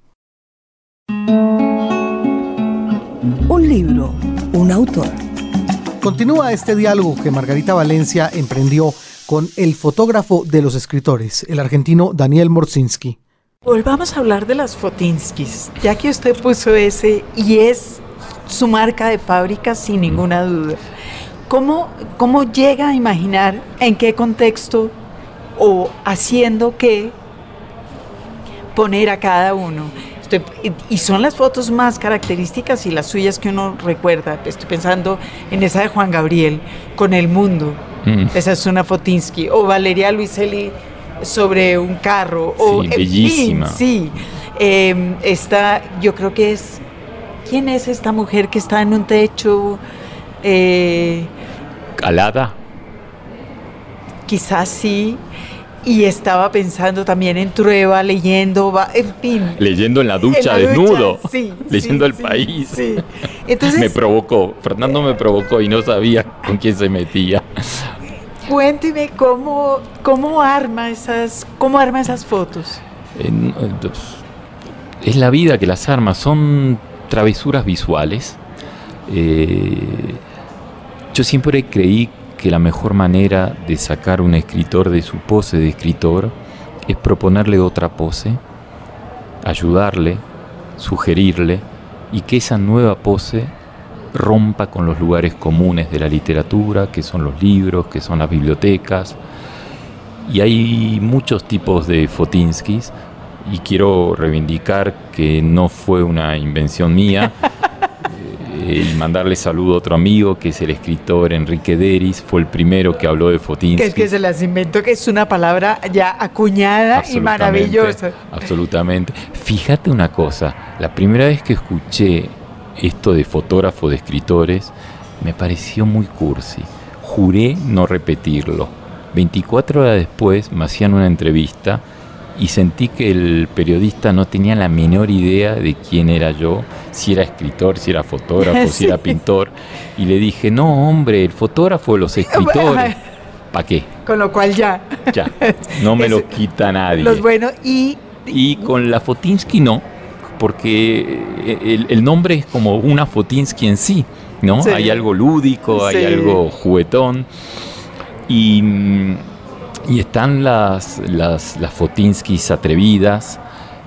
Un libro, un autor. Continúa este diálogo que Margarita Valencia emprendió con el fotógrafo de los escritores, el argentino Daniel Morszynski. Volvamos a hablar de las Fotinskis, ya que usted puso ese y es su marca de fábrica sin ninguna duda. ¿Cómo, cómo llega a imaginar en qué contexto o haciendo qué poner a cada uno? Estoy, y son las fotos más características y las suyas que uno recuerda. Estoy pensando en esa de Juan Gabriel con el mundo. Mm. Esa es una Fotinsky. O Valeria Luiselli sobre un carro. Sí, o, bellísima. En fin, sí. Eh, esta, yo creo que es... ¿Quién es esta mujer que está en un techo? Eh, ¿Alada? Quizás sí. Y estaba pensando también en Trueba, leyendo, va, en fin. Leyendo en la ducha, en la desnudo. Ducha, sí, leyendo sí, El sí, País. Sí. Entonces, me provocó. Fernando me provocó y no sabía con quién se metía. Cuénteme cómo, cómo arma esas, cómo arma esas fotos. Eh, es la vida que las arma. Son travesuras visuales. Eh, yo siempre creí que la mejor manera de sacar a un escritor de su pose de escritor es proponerle otra pose, ayudarle, sugerirle, y que esa nueva pose rompa con los lugares comunes de la literatura, que son los libros, que son las bibliotecas. Y hay muchos tipos de Fotinskis, y quiero reivindicar que no fue una invención mía. Y mandarle saludo a otro amigo que es el escritor Enrique Deris, fue el primero que habló de Fotinsky. Que es que se las inventó, que es una palabra ya acuñada y maravillosa. Absolutamente. Fíjate una cosa, la primera vez que escuché esto de fotógrafo de escritores me pareció muy cursi. Juré no repetirlo. veinticuatro horas después me hacían una entrevista y sentí que el periodista no tenía la menor idea de quién era yo, si era escritor, si era fotógrafo, sí. si era pintor. Y le dije, no, hombre, el fotógrafo de los escritores. ¿Para qué? Con lo cual ya. Ya, no me lo quita nadie. Los buenos y... Y con la Fotinsky no, porque el, el nombre es como una Fotinsky en sí, ¿no? Sí. Hay algo lúdico, sí. hay algo juguetón. Y... Y están las, las, las Fotinskys atrevidas.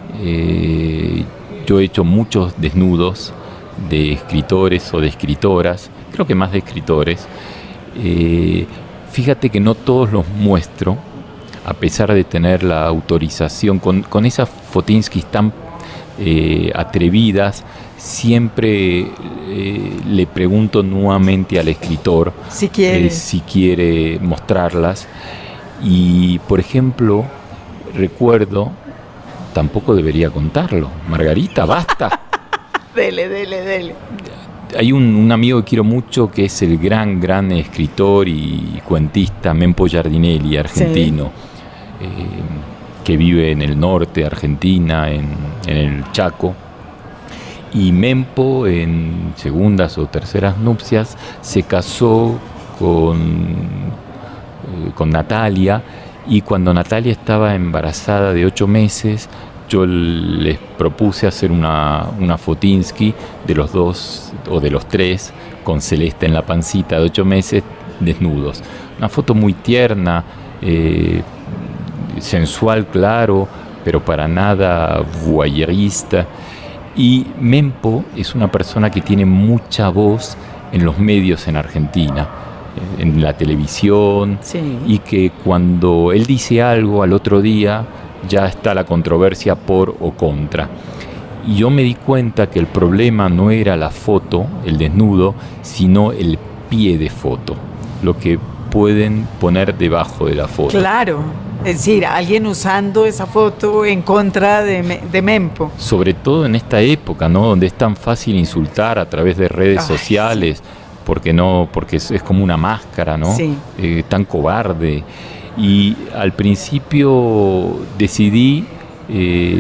Eh, yo he hecho muchos desnudos de escritores o de escritoras, creo que más de escritores. Eh, fíjate que no todos los muestro, a pesar de tener la autorización. Con, con esas Fotinskys tan eh, atrevidas, siempre eh, le pregunto nuevamente al escritor si quiere, eh, si quiere mostrarlas. Y, por ejemplo, recuerdo, tampoco debería contarlo, Margarita, basta. Dele, dele, dele. Hay un, un amigo que quiero mucho que es el gran, gran escritor y cuentista Mempo Giardinelli, argentino, sí. eh, que vive en el norte de Argentina, en, en el Chaco. Y Mempo, en segundas o terceras nupcias, se casó con... con Natalia, y cuando Natalia estaba embarazada de ocho meses, yo les propuse hacer una, una Fotinsky de los dos o de los tres, con Celeste en la pancita de ocho meses, desnudos. Una foto muy tierna, eh, sensual, claro, pero para nada voyeurista. Y Mempo es una persona que tiene mucha voz en los medios en Argentina, en la televisión, sí. y que cuando él dice algo al otro día ya está la controversia por o contra. Y yo me di cuenta que el problema no era la foto, el desnudo, sino el pie de foto, lo que pueden poner debajo de la foto. Claro, es decir, alguien usando esa foto en contra de, de Mempo. Sobre todo en esta época, ¿no? Donde es tan fácil insultar a través de redes Ay, sociales. Sí. Porque no, porque es, es como una máscara, ¿no? Sí. Eh, tan cobarde. Y al principio decidí, eh,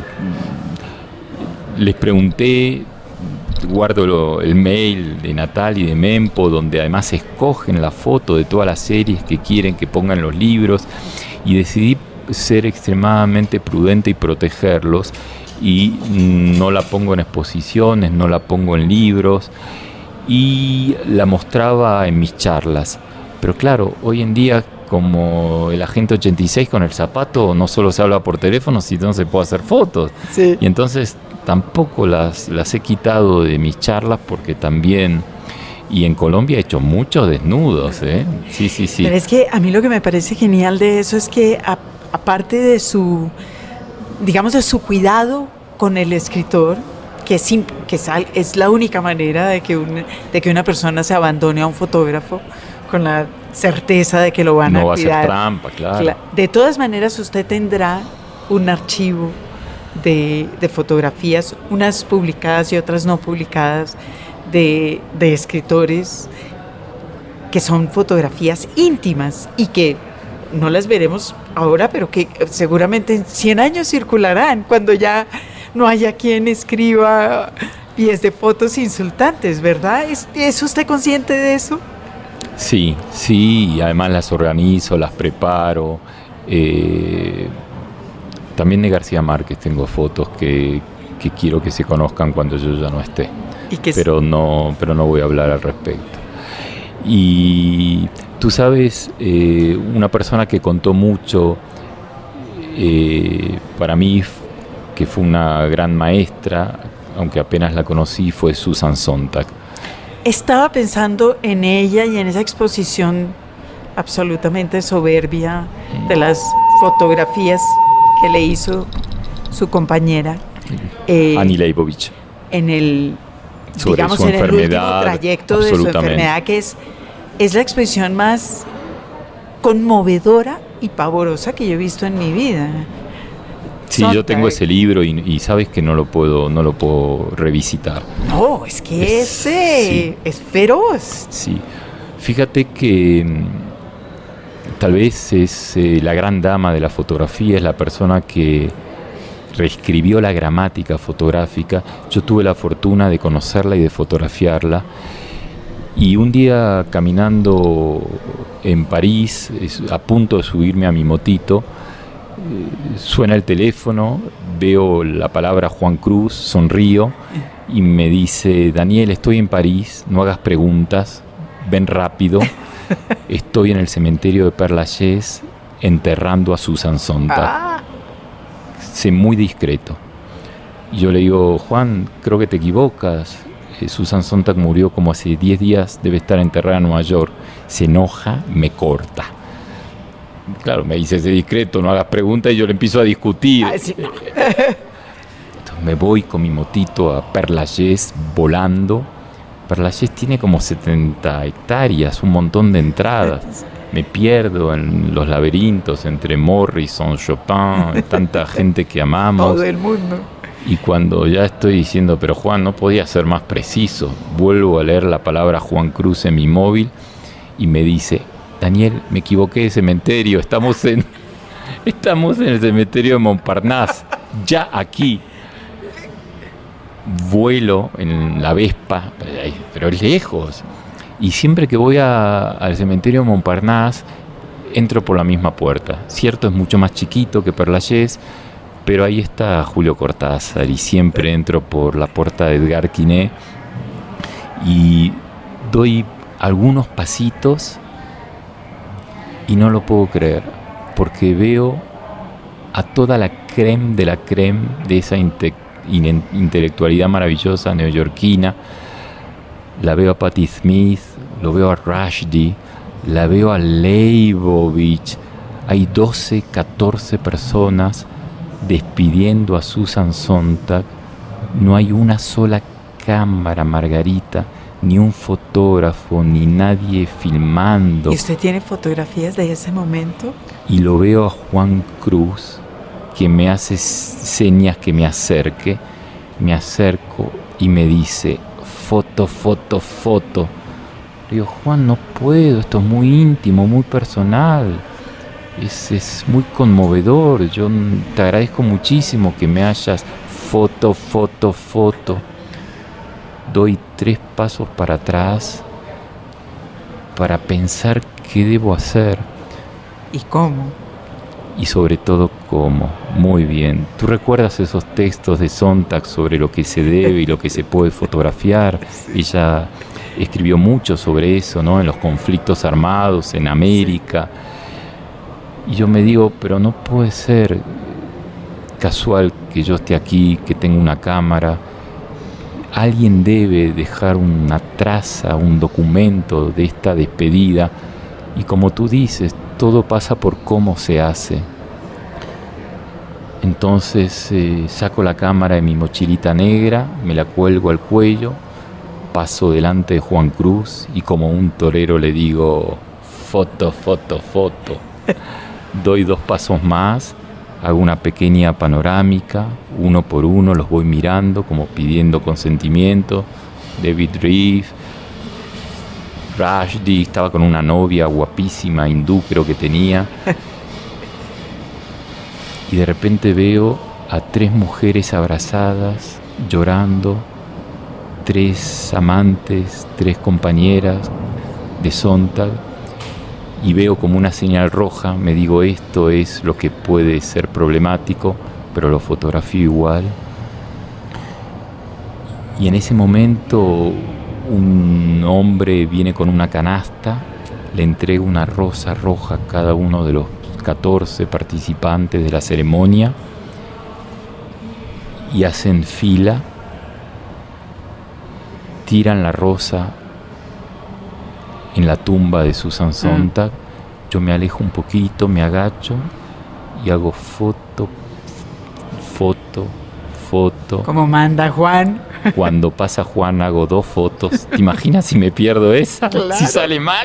les pregunté, guardo lo, el mail de Natal y de Mempo, donde además escogen la foto de todas las series que quieren que pongan los libros, y decidí ser extremadamente prudente y protegerlos, y no la pongo en exposiciones, no la pongo en libros, y la mostraba en mis charlas. Pero claro, hoy en día, como el agente ochenta y seis con el zapato, no solo se habla por teléfono, sino se puede hacer fotos. Sí. Y entonces tampoco las, las he quitado de mis charlas, porque también, y en Colombia he hecho muchos desnudos, ¿eh? Sí, sí, sí. Pero es que a mí lo que me parece genial de eso es que a, aparte de su, digamos, de su cuidado con el escritor, que, es, que es, es la única manera de que, un, de que una persona se abandone a un fotógrafo, con la certeza de que lo van no a cuidar. No va a ser trampa, claro. De todas maneras, usted tendrá un archivo de, de fotografías, unas publicadas y otras no publicadas, de, de escritores, que son fotografías íntimas y que no las veremos ahora, pero que seguramente en cien años circularán, cuando ya no haya quien escriba pies de fotos insultantes, ¿verdad? ¿Es, ¿Es usted consciente de eso? Sí, sí, y además las organizo, las preparo. Eh, también de García Márquez tengo fotos que, que quiero que se conozcan cuando yo ya no esté. ¿Y qué pero, no, pero no voy a hablar al respecto. Y tú sabes, eh, una persona que contó mucho, eh, para mí, que fue una gran maestra, aunque apenas la conocí, fue Susan Sontag. Estaba pensando en ella y en esa exposición absolutamente soberbia de las fotografías que le hizo su compañera eh, Annie Leibovitz en el, sobre digamos, su en el último enfermedad, trayecto de su enfermedad, que es, es la exposición más conmovedora y pavorosa que yo he visto en mi vida. Sí, Sontag. Yo tengo ese libro y, y sabes que no lo puedo, no lo puedo revisitar. No, es que es, ese sí. es feroz. Sí, fíjate que tal vez es eh, la gran dama de la fotografía, es la persona que reescribió la gramática fotográfica. Yo tuve la fortuna de conocerla y de fotografiarla. Y un día caminando en París, a punto de subirme a mi motito, suena el teléfono, veo la palabra Juan Cruz, sonrío y me dice: Daniel, estoy en París, no hagas preguntas, ven rápido, estoy en el cementerio de Père Lachaise enterrando a Susan Sontag. Ah. Sé muy discreto. Y yo le digo: Juan, creo que te equivocas, eh, Susan Sontag murió como hace diez días, debe estar enterrada en Nueva York. Se enoja, me corta. Claro, me dice: ese discreto, no hagas preguntas, y yo le empiezo a discutir. Ah, sí. Entonces me voy con mi motito a Père Lachaise volando. Père Lachaise tiene como setenta hectáreas, un montón de entradas. Me pierdo en los laberintos entre Morrison, Chopin, tanta gente que amamos. Todo el mundo. Y cuando ya estoy diciendo: pero Juan, no podía ser más preciso, vuelvo a leer la palabra Juan Cruz en mi móvil y me dice: Daniel, me equivoqué de cementerio, estamos en, estamos en el cementerio de Montparnasse, ya aquí. Vuelo en la Vespa, pero es lejos. Y siempre que voy a, al cementerio de Montparnasse, entro por la misma puerta. Cierto, es mucho más chiquito que Père Lachaise, pero ahí está Julio Cortázar y siempre entro por la puerta de Edgar Quinet y doy algunos pasitos y no lo puedo creer, porque veo a toda la crème de la crème de esa inte- in- intelectualidad maravillosa neoyorquina. La veo a Patti Smith, lo veo a Rushdie, la veo a Leibovitz. Hay doce, catorce personas despidiendo a Susan Sontag. No hay una sola cámara, Margarita, ni un fotógrafo, ni nadie filmando. ¿Y usted tiene fotografías de ese momento? Y lo veo a Juan Cruz, que me hace señas que me acerque. Me acerco y me dice: foto, foto, foto. Le digo: Juan, no puedo, esto es muy íntimo, muy personal. Es, es muy conmovedor. Yo te agradezco muchísimo que me hayas foto, foto, foto. Doy tres pasos para atrás para pensar qué debo hacer. ¿Y cómo? Y sobre todo cómo. Muy bien. ¿Tú recuerdas esos textos de Sontag sobre lo que se debe y lo que se puede fotografiar? Sí. Ella escribió mucho sobre eso, ¿no? En los conflictos armados en América. Sí. Y yo me digo: pero no puede ser casual que yo esté aquí, que tenga una cámara. Alguien debe dejar una traza, un documento de esta despedida. Y como tú dices, todo pasa por cómo se hace. Entonces eh, saco la cámara de mi mochilita negra, me la cuelgo al cuello, paso delante de Juan Cruz y como un torero le digo, foto, foto, foto. Doy dos pasos más, hago una pequeña panorámica, uno por uno los voy mirando como pidiendo consentimiento. David Reeve, Rushdie, estaba con una novia guapísima, hindú creo que tenía. Y de repente veo a tres mujeres abrazadas, llorando, tres amantes, tres compañeras de Sontag, y veo como una señal roja, me digo esto es lo que puede ser problemático, pero lo fotografío igual. Y en ese momento un hombre viene con una canasta, le entrega una rosa roja a cada uno de los catorce participantes de la ceremonia y hacen fila, tiran la rosa en la tumba de Susan Sontag. Mm. Yo me alejo un poquito, me agacho y hago foto, foto, foto. Como manda Juan. Cuando pasa Juan hago dos fotos. ¿Te imaginas si me pierdo esa? Claro. Si sale mal.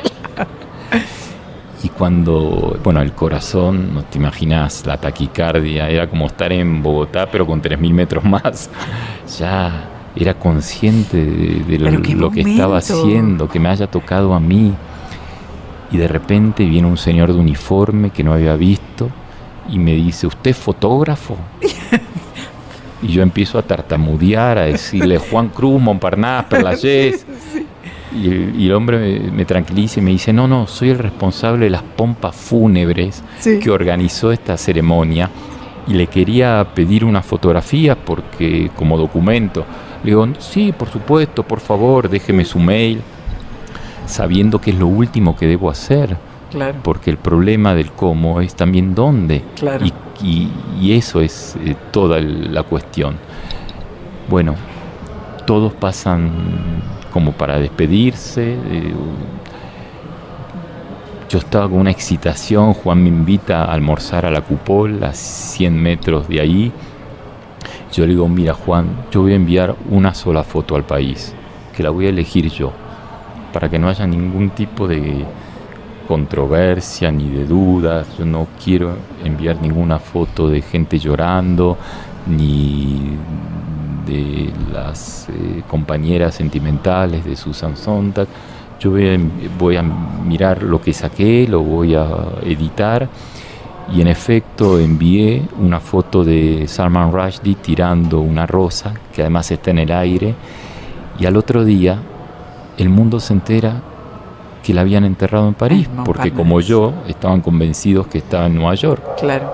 Y cuando, bueno, el corazón, no te imaginas, la taquicardia, era como estar en Bogotá, pero con tres mil metros más. Ya era consciente de, de lo, lo que estaba haciendo, que me haya tocado a mí. Y de repente viene un señor de uniforme que no había visto y me dice, ¿usted es fotógrafo? Y yo empiezo a tartamudear, a decirle Juan Cruz, Montparnasse, Perlayés. Y el, y el hombre me, me tranquiliza y me dice, no, no, soy el responsable de las pompas fúnebres sí. que organizó esta ceremonia y le quería pedir una fotografía porque como documento. Le digo, sí, por supuesto, por favor, déjeme su mail, sabiendo que es lo último que debo hacer. Claro. Porque el problema del cómo es también dónde. Claro. Y, y, y eso es eh, toda la cuestión. Bueno, todos pasan como para despedirse. Eh, yo estaba con una excitación. Juan me invita a almorzar a la cupola, a cien metros de ahí. Yo le digo, mira Juan, yo voy a enviar una sola foto al país, que la voy a elegir yo, para que no haya ningún tipo de controversia ni de dudas. Yo no quiero enviar ninguna foto de gente llorando ni de las eh, compañeras sentimentales de Susan Sontag. Yo voy a, voy a mirar lo que saqué, lo voy a editar y en efecto envié una foto de Salman Rushdie tirando una rosa que además está en el aire y al otro día el mundo se entera que la habían enterrado en París, Ay, porque como yo estaban convencidos que estaba en Nueva York. Claro.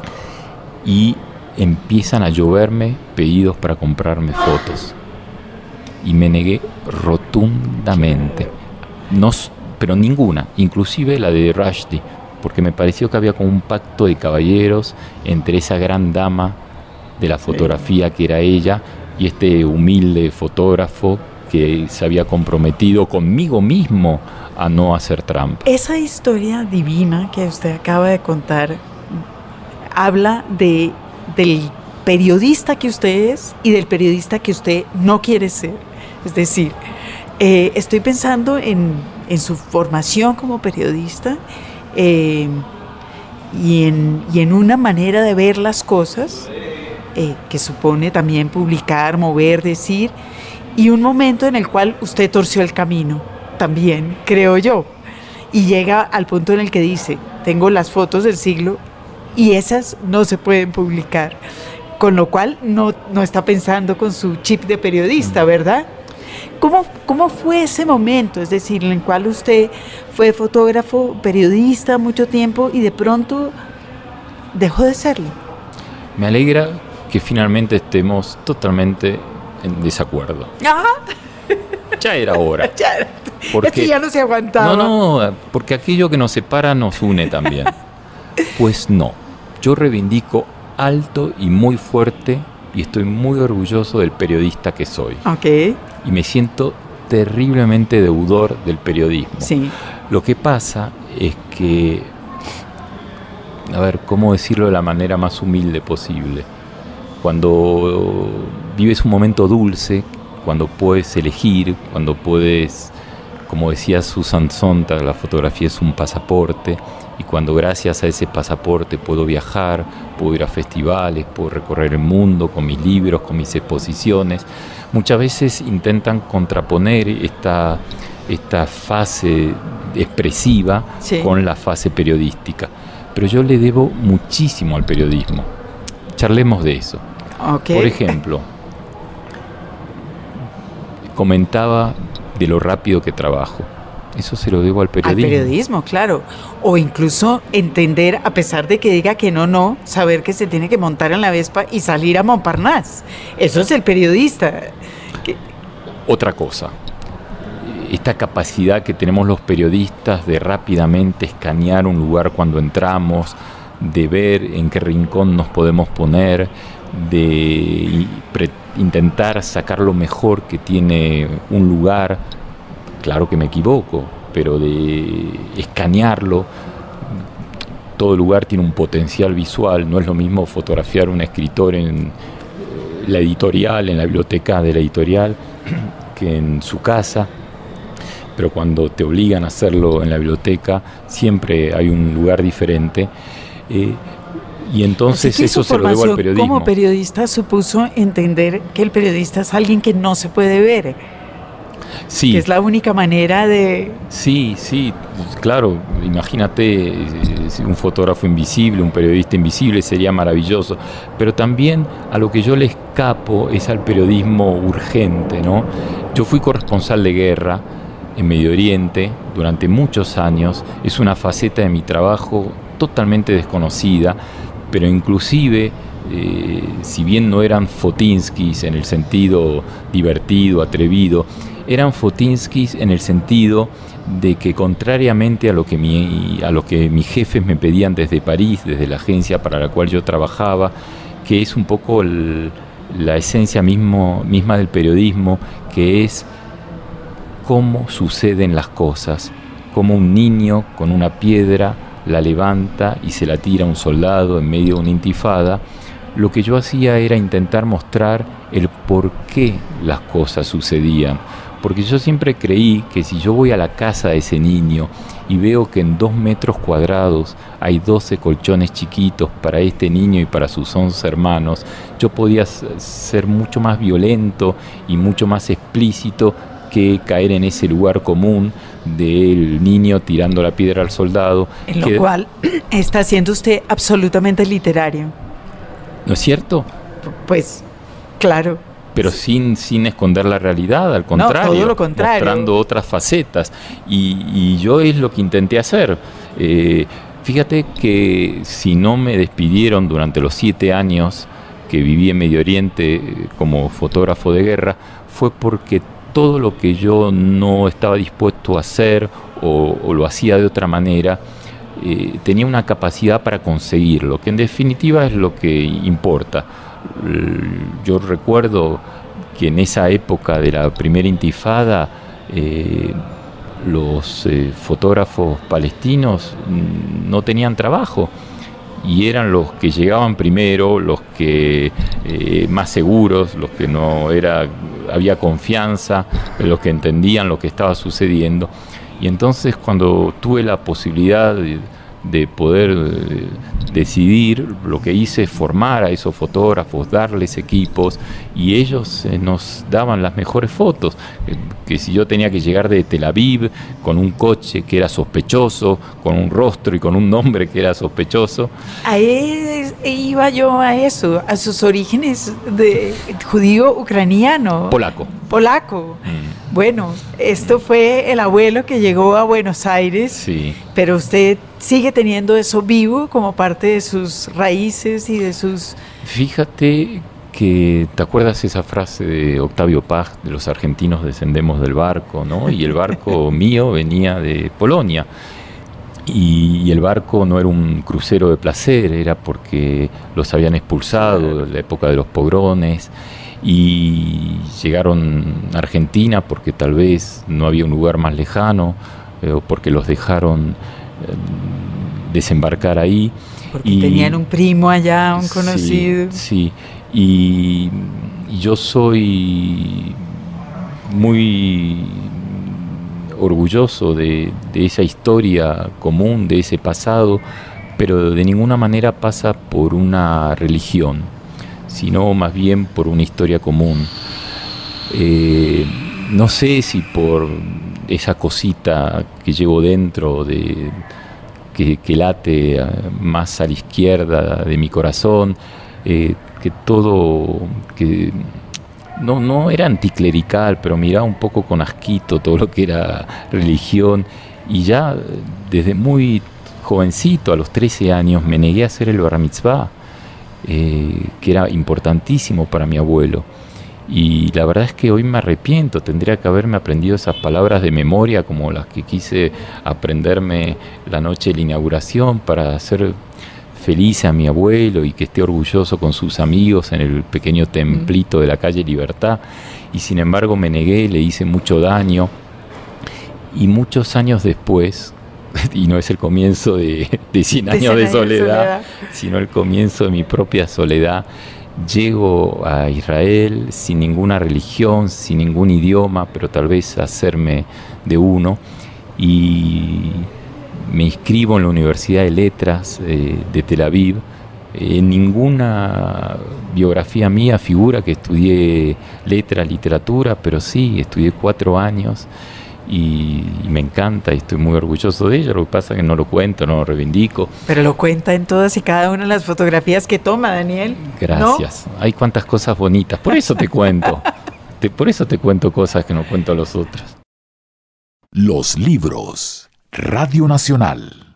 Y empiezan a lloverme pedidos para comprarme fotos. Y me negué rotundamente. No, pero ninguna, inclusive la de Rushdie, porque me pareció que había como un pacto de caballeros entre esa gran dama de la fotografía que era ella y este humilde fotógrafo que se había comprometido conmigo mismo a no hacer trampa. Esa historia divina que usted acaba de contar habla de, del periodista que usted es y del periodista que usted no quiere ser. Es decir, eh, estoy pensando en, en su formación como periodista eh, y, en, y en una manera de ver las cosas eh, que supone también publicar, mover, decir, y un momento en el cual usted torció el camino, también, creo yo, y llega al punto en el que dice, tengo las fotos del siglo y esas no se pueden publicar, con lo cual no, no está pensando con su chip de periodista, ¿verdad? ¿Cómo, ¿Cómo fue ese momento? Es decir, en el cual usted fue fotógrafo, periodista mucho tiempo y de pronto dejó de serlo. Me alegra que finalmente estemos totalmente en desacuerdo. Ajá. Ya era hora. Ya era. Porque, es que ya no se aguantaba. No, no, porque aquello que nos separa nos une también. Pues no, yo reivindico alto y muy fuerte y estoy muy orgulloso del periodista que soy. Ok. Y me siento terriblemente deudor del periodismo. Sí. Lo que pasa es que a ver, ¿cómo decirlo de la manera más humilde posible? Cuando vives un momento dulce, cuando puedes elegir, cuando puedes, como decía Susan Sontag, la fotografía es un pasaporte, y cuando gracias a ese pasaporte puedo viajar, puedo ir a festivales, puedo recorrer el mundo con mis libros, con mis exposiciones, muchas veces intentan contraponer esta, esta fase expresiva sí. con la fase periodística. Pero yo le debo muchísimo al periodismo. Charlemos de eso. Okay. Por ejemplo, comentaba de lo rápido que trabajo. Eso se lo debo al periodismo. Al periodismo, claro. O incluso entender, a pesar de que diga que no, no, saber que se tiene que montar en la Vespa y salir a Montparnasse. Eso es el periodista. Que... Otra cosa. Esta capacidad que tenemos los periodistas de rápidamente escanear un lugar cuando entramos, de ver en qué rincón nos podemos poner, de pre- intentar sacar lo mejor que tiene un lugar. Claro que me equivoco, pero de escanearlo. Todo lugar tiene un potencial visual. No es lo mismo fotografiar un escritor en la editorial, en la biblioteca de la editorial, que en su casa. Pero cuando te obligan a hacerlo en la biblioteca, siempre hay un lugar diferente. Eh, y entonces eso se lo debo al periodismo. Como periodista supuso entender que el periodista es alguien que no se puede ver. Sí. Que es la única manera de... Sí, sí, claro, imagínate un fotógrafo invisible, un periodista invisible, sería maravilloso, pero también a lo que yo le escapo es al periodismo urgente, ¿no? Yo fui corresponsal de guerra en Medio Oriente durante muchos años, es una faceta de mi trabajo totalmente desconocida, pero inclusive... Eh, si bien no eran fotinskis en el sentido divertido, atrevido, eran fotinskis en el sentido de que contrariamente a lo que, mi, a lo que mis jefes me pedían desde París, desde la agencia para la cual yo trabajaba, que es un poco el, la esencia mismo, misma del periodismo, que es cómo suceden las cosas, cómo un niño con una piedra la levanta y se la tira a un soldado en medio de una intifada. Lo que yo hacía era intentar mostrar el por qué las cosas sucedían. Porque yo siempre creí que si yo voy a la casa de ese niño y veo que en dos metros cuadrados hay doce colchones chiquitos para este niño y para sus once hermanos, yo podía ser mucho más violento y mucho más explícito que caer en ese lugar común del niño tirando la piedra al soldado. En lo que, cual está siendo usted absolutamente literario. ¿No es cierto? Pues, claro. Pero sin, sin esconder la realidad, al contrario, no, todo lo contrario, mostrando otras facetas. Y, y yo es lo que intenté hacer. Eh, fíjate que si no me despidieron durante los siete años que viví en Medio Oriente como fotógrafo de guerra, fue porque todo lo que yo no estaba dispuesto a hacer o, o lo hacía de otra manera, Eh, tenía una capacidad para conseguirlo, que en definitiva es lo que importa. Yo recuerdo que en esa época de la primera intifada eh, los eh, fotógrafos palestinos no tenían trabajo y eran los que llegaban primero, los que eh, más seguros, los que no era, había confianza, los que entendían lo que estaba sucediendo. Y entonces cuando tuve la posibilidad de, de poder eh, decidir, lo que hice es formar a esos fotógrafos, darles equipos, y ellos eh, nos daban las mejores fotos. Eh, que si yo tenía que llegar de Tel Aviv con un coche que era sospechoso, con un rostro y con un nombre que era sospechoso. Ahí iba yo a eso, a sus orígenes de judío ucraniano. Polaco. Polaco. Mm. Bueno, esto fue el abuelo que llegó a Buenos Aires, sí. Pero usted sigue teniendo eso vivo como parte de sus raíces y de sus... Fíjate que, ¿te acuerdas esa frase de Octavio Paz, de los argentinos descendemos del barco, ¿no? Y el barco mío venía de Polonia. Y, y el barco no era un crucero de placer, era porque los habían expulsado en la época de los pogrones. Y llegaron a Argentina porque tal vez no había un lugar más lejano, eh, o porque los dejaron eh, desembarcar ahí. Porque y, tenían un primo allá, un conocido. Sí, sí. Y, y yo soy muy orgulloso de, de esa historia común, de ese pasado, pero de ninguna manera pasa por una religión, sino más bien por una historia común. Eh, no sé si por esa cosita que llevo dentro, de, que, que late más a la izquierda de mi corazón, eh, que todo... que No, no era anticlerical, pero miraba un poco con asquito todo lo que era religión, y ya desde muy jovencito, a los trece años, me negué a hacer el bar mitzvah, eh, que era importantísimo para mi abuelo. Y la verdad es que hoy me arrepiento, tendría que haberme aprendido esas palabras de memoria como las que quise aprenderme la noche de la inauguración para hacer feliz a mi abuelo y que esté orgulloso con sus amigos en el pequeño templito de la calle Libertad. Y sin embargo me negué, le hice mucho daño, y muchos años después, y no es el comienzo de, de cien años de soledad, sino el comienzo de mi propia soledad, llego a Israel sin ninguna religión, sin ningún idioma, pero tal vez a hacerme de uno, y me inscribo en la Universidad de Letras eh, de Tel Aviv. En ninguna biografía mía figura que estudié letras, literatura, pero sí, estudié cuatro años y, y me encanta y estoy muy orgulloso de ello. Lo que pasa es que no lo cuento, no lo reivindico. Pero lo cuenta en todas y cada una de las fotografías que toma, Daniel. Gracias. ¿No? Hay cuantas cosas bonitas. Por eso te cuento. te, por eso te cuento cosas que no cuento a los otros. Los libros. Radio Nacional.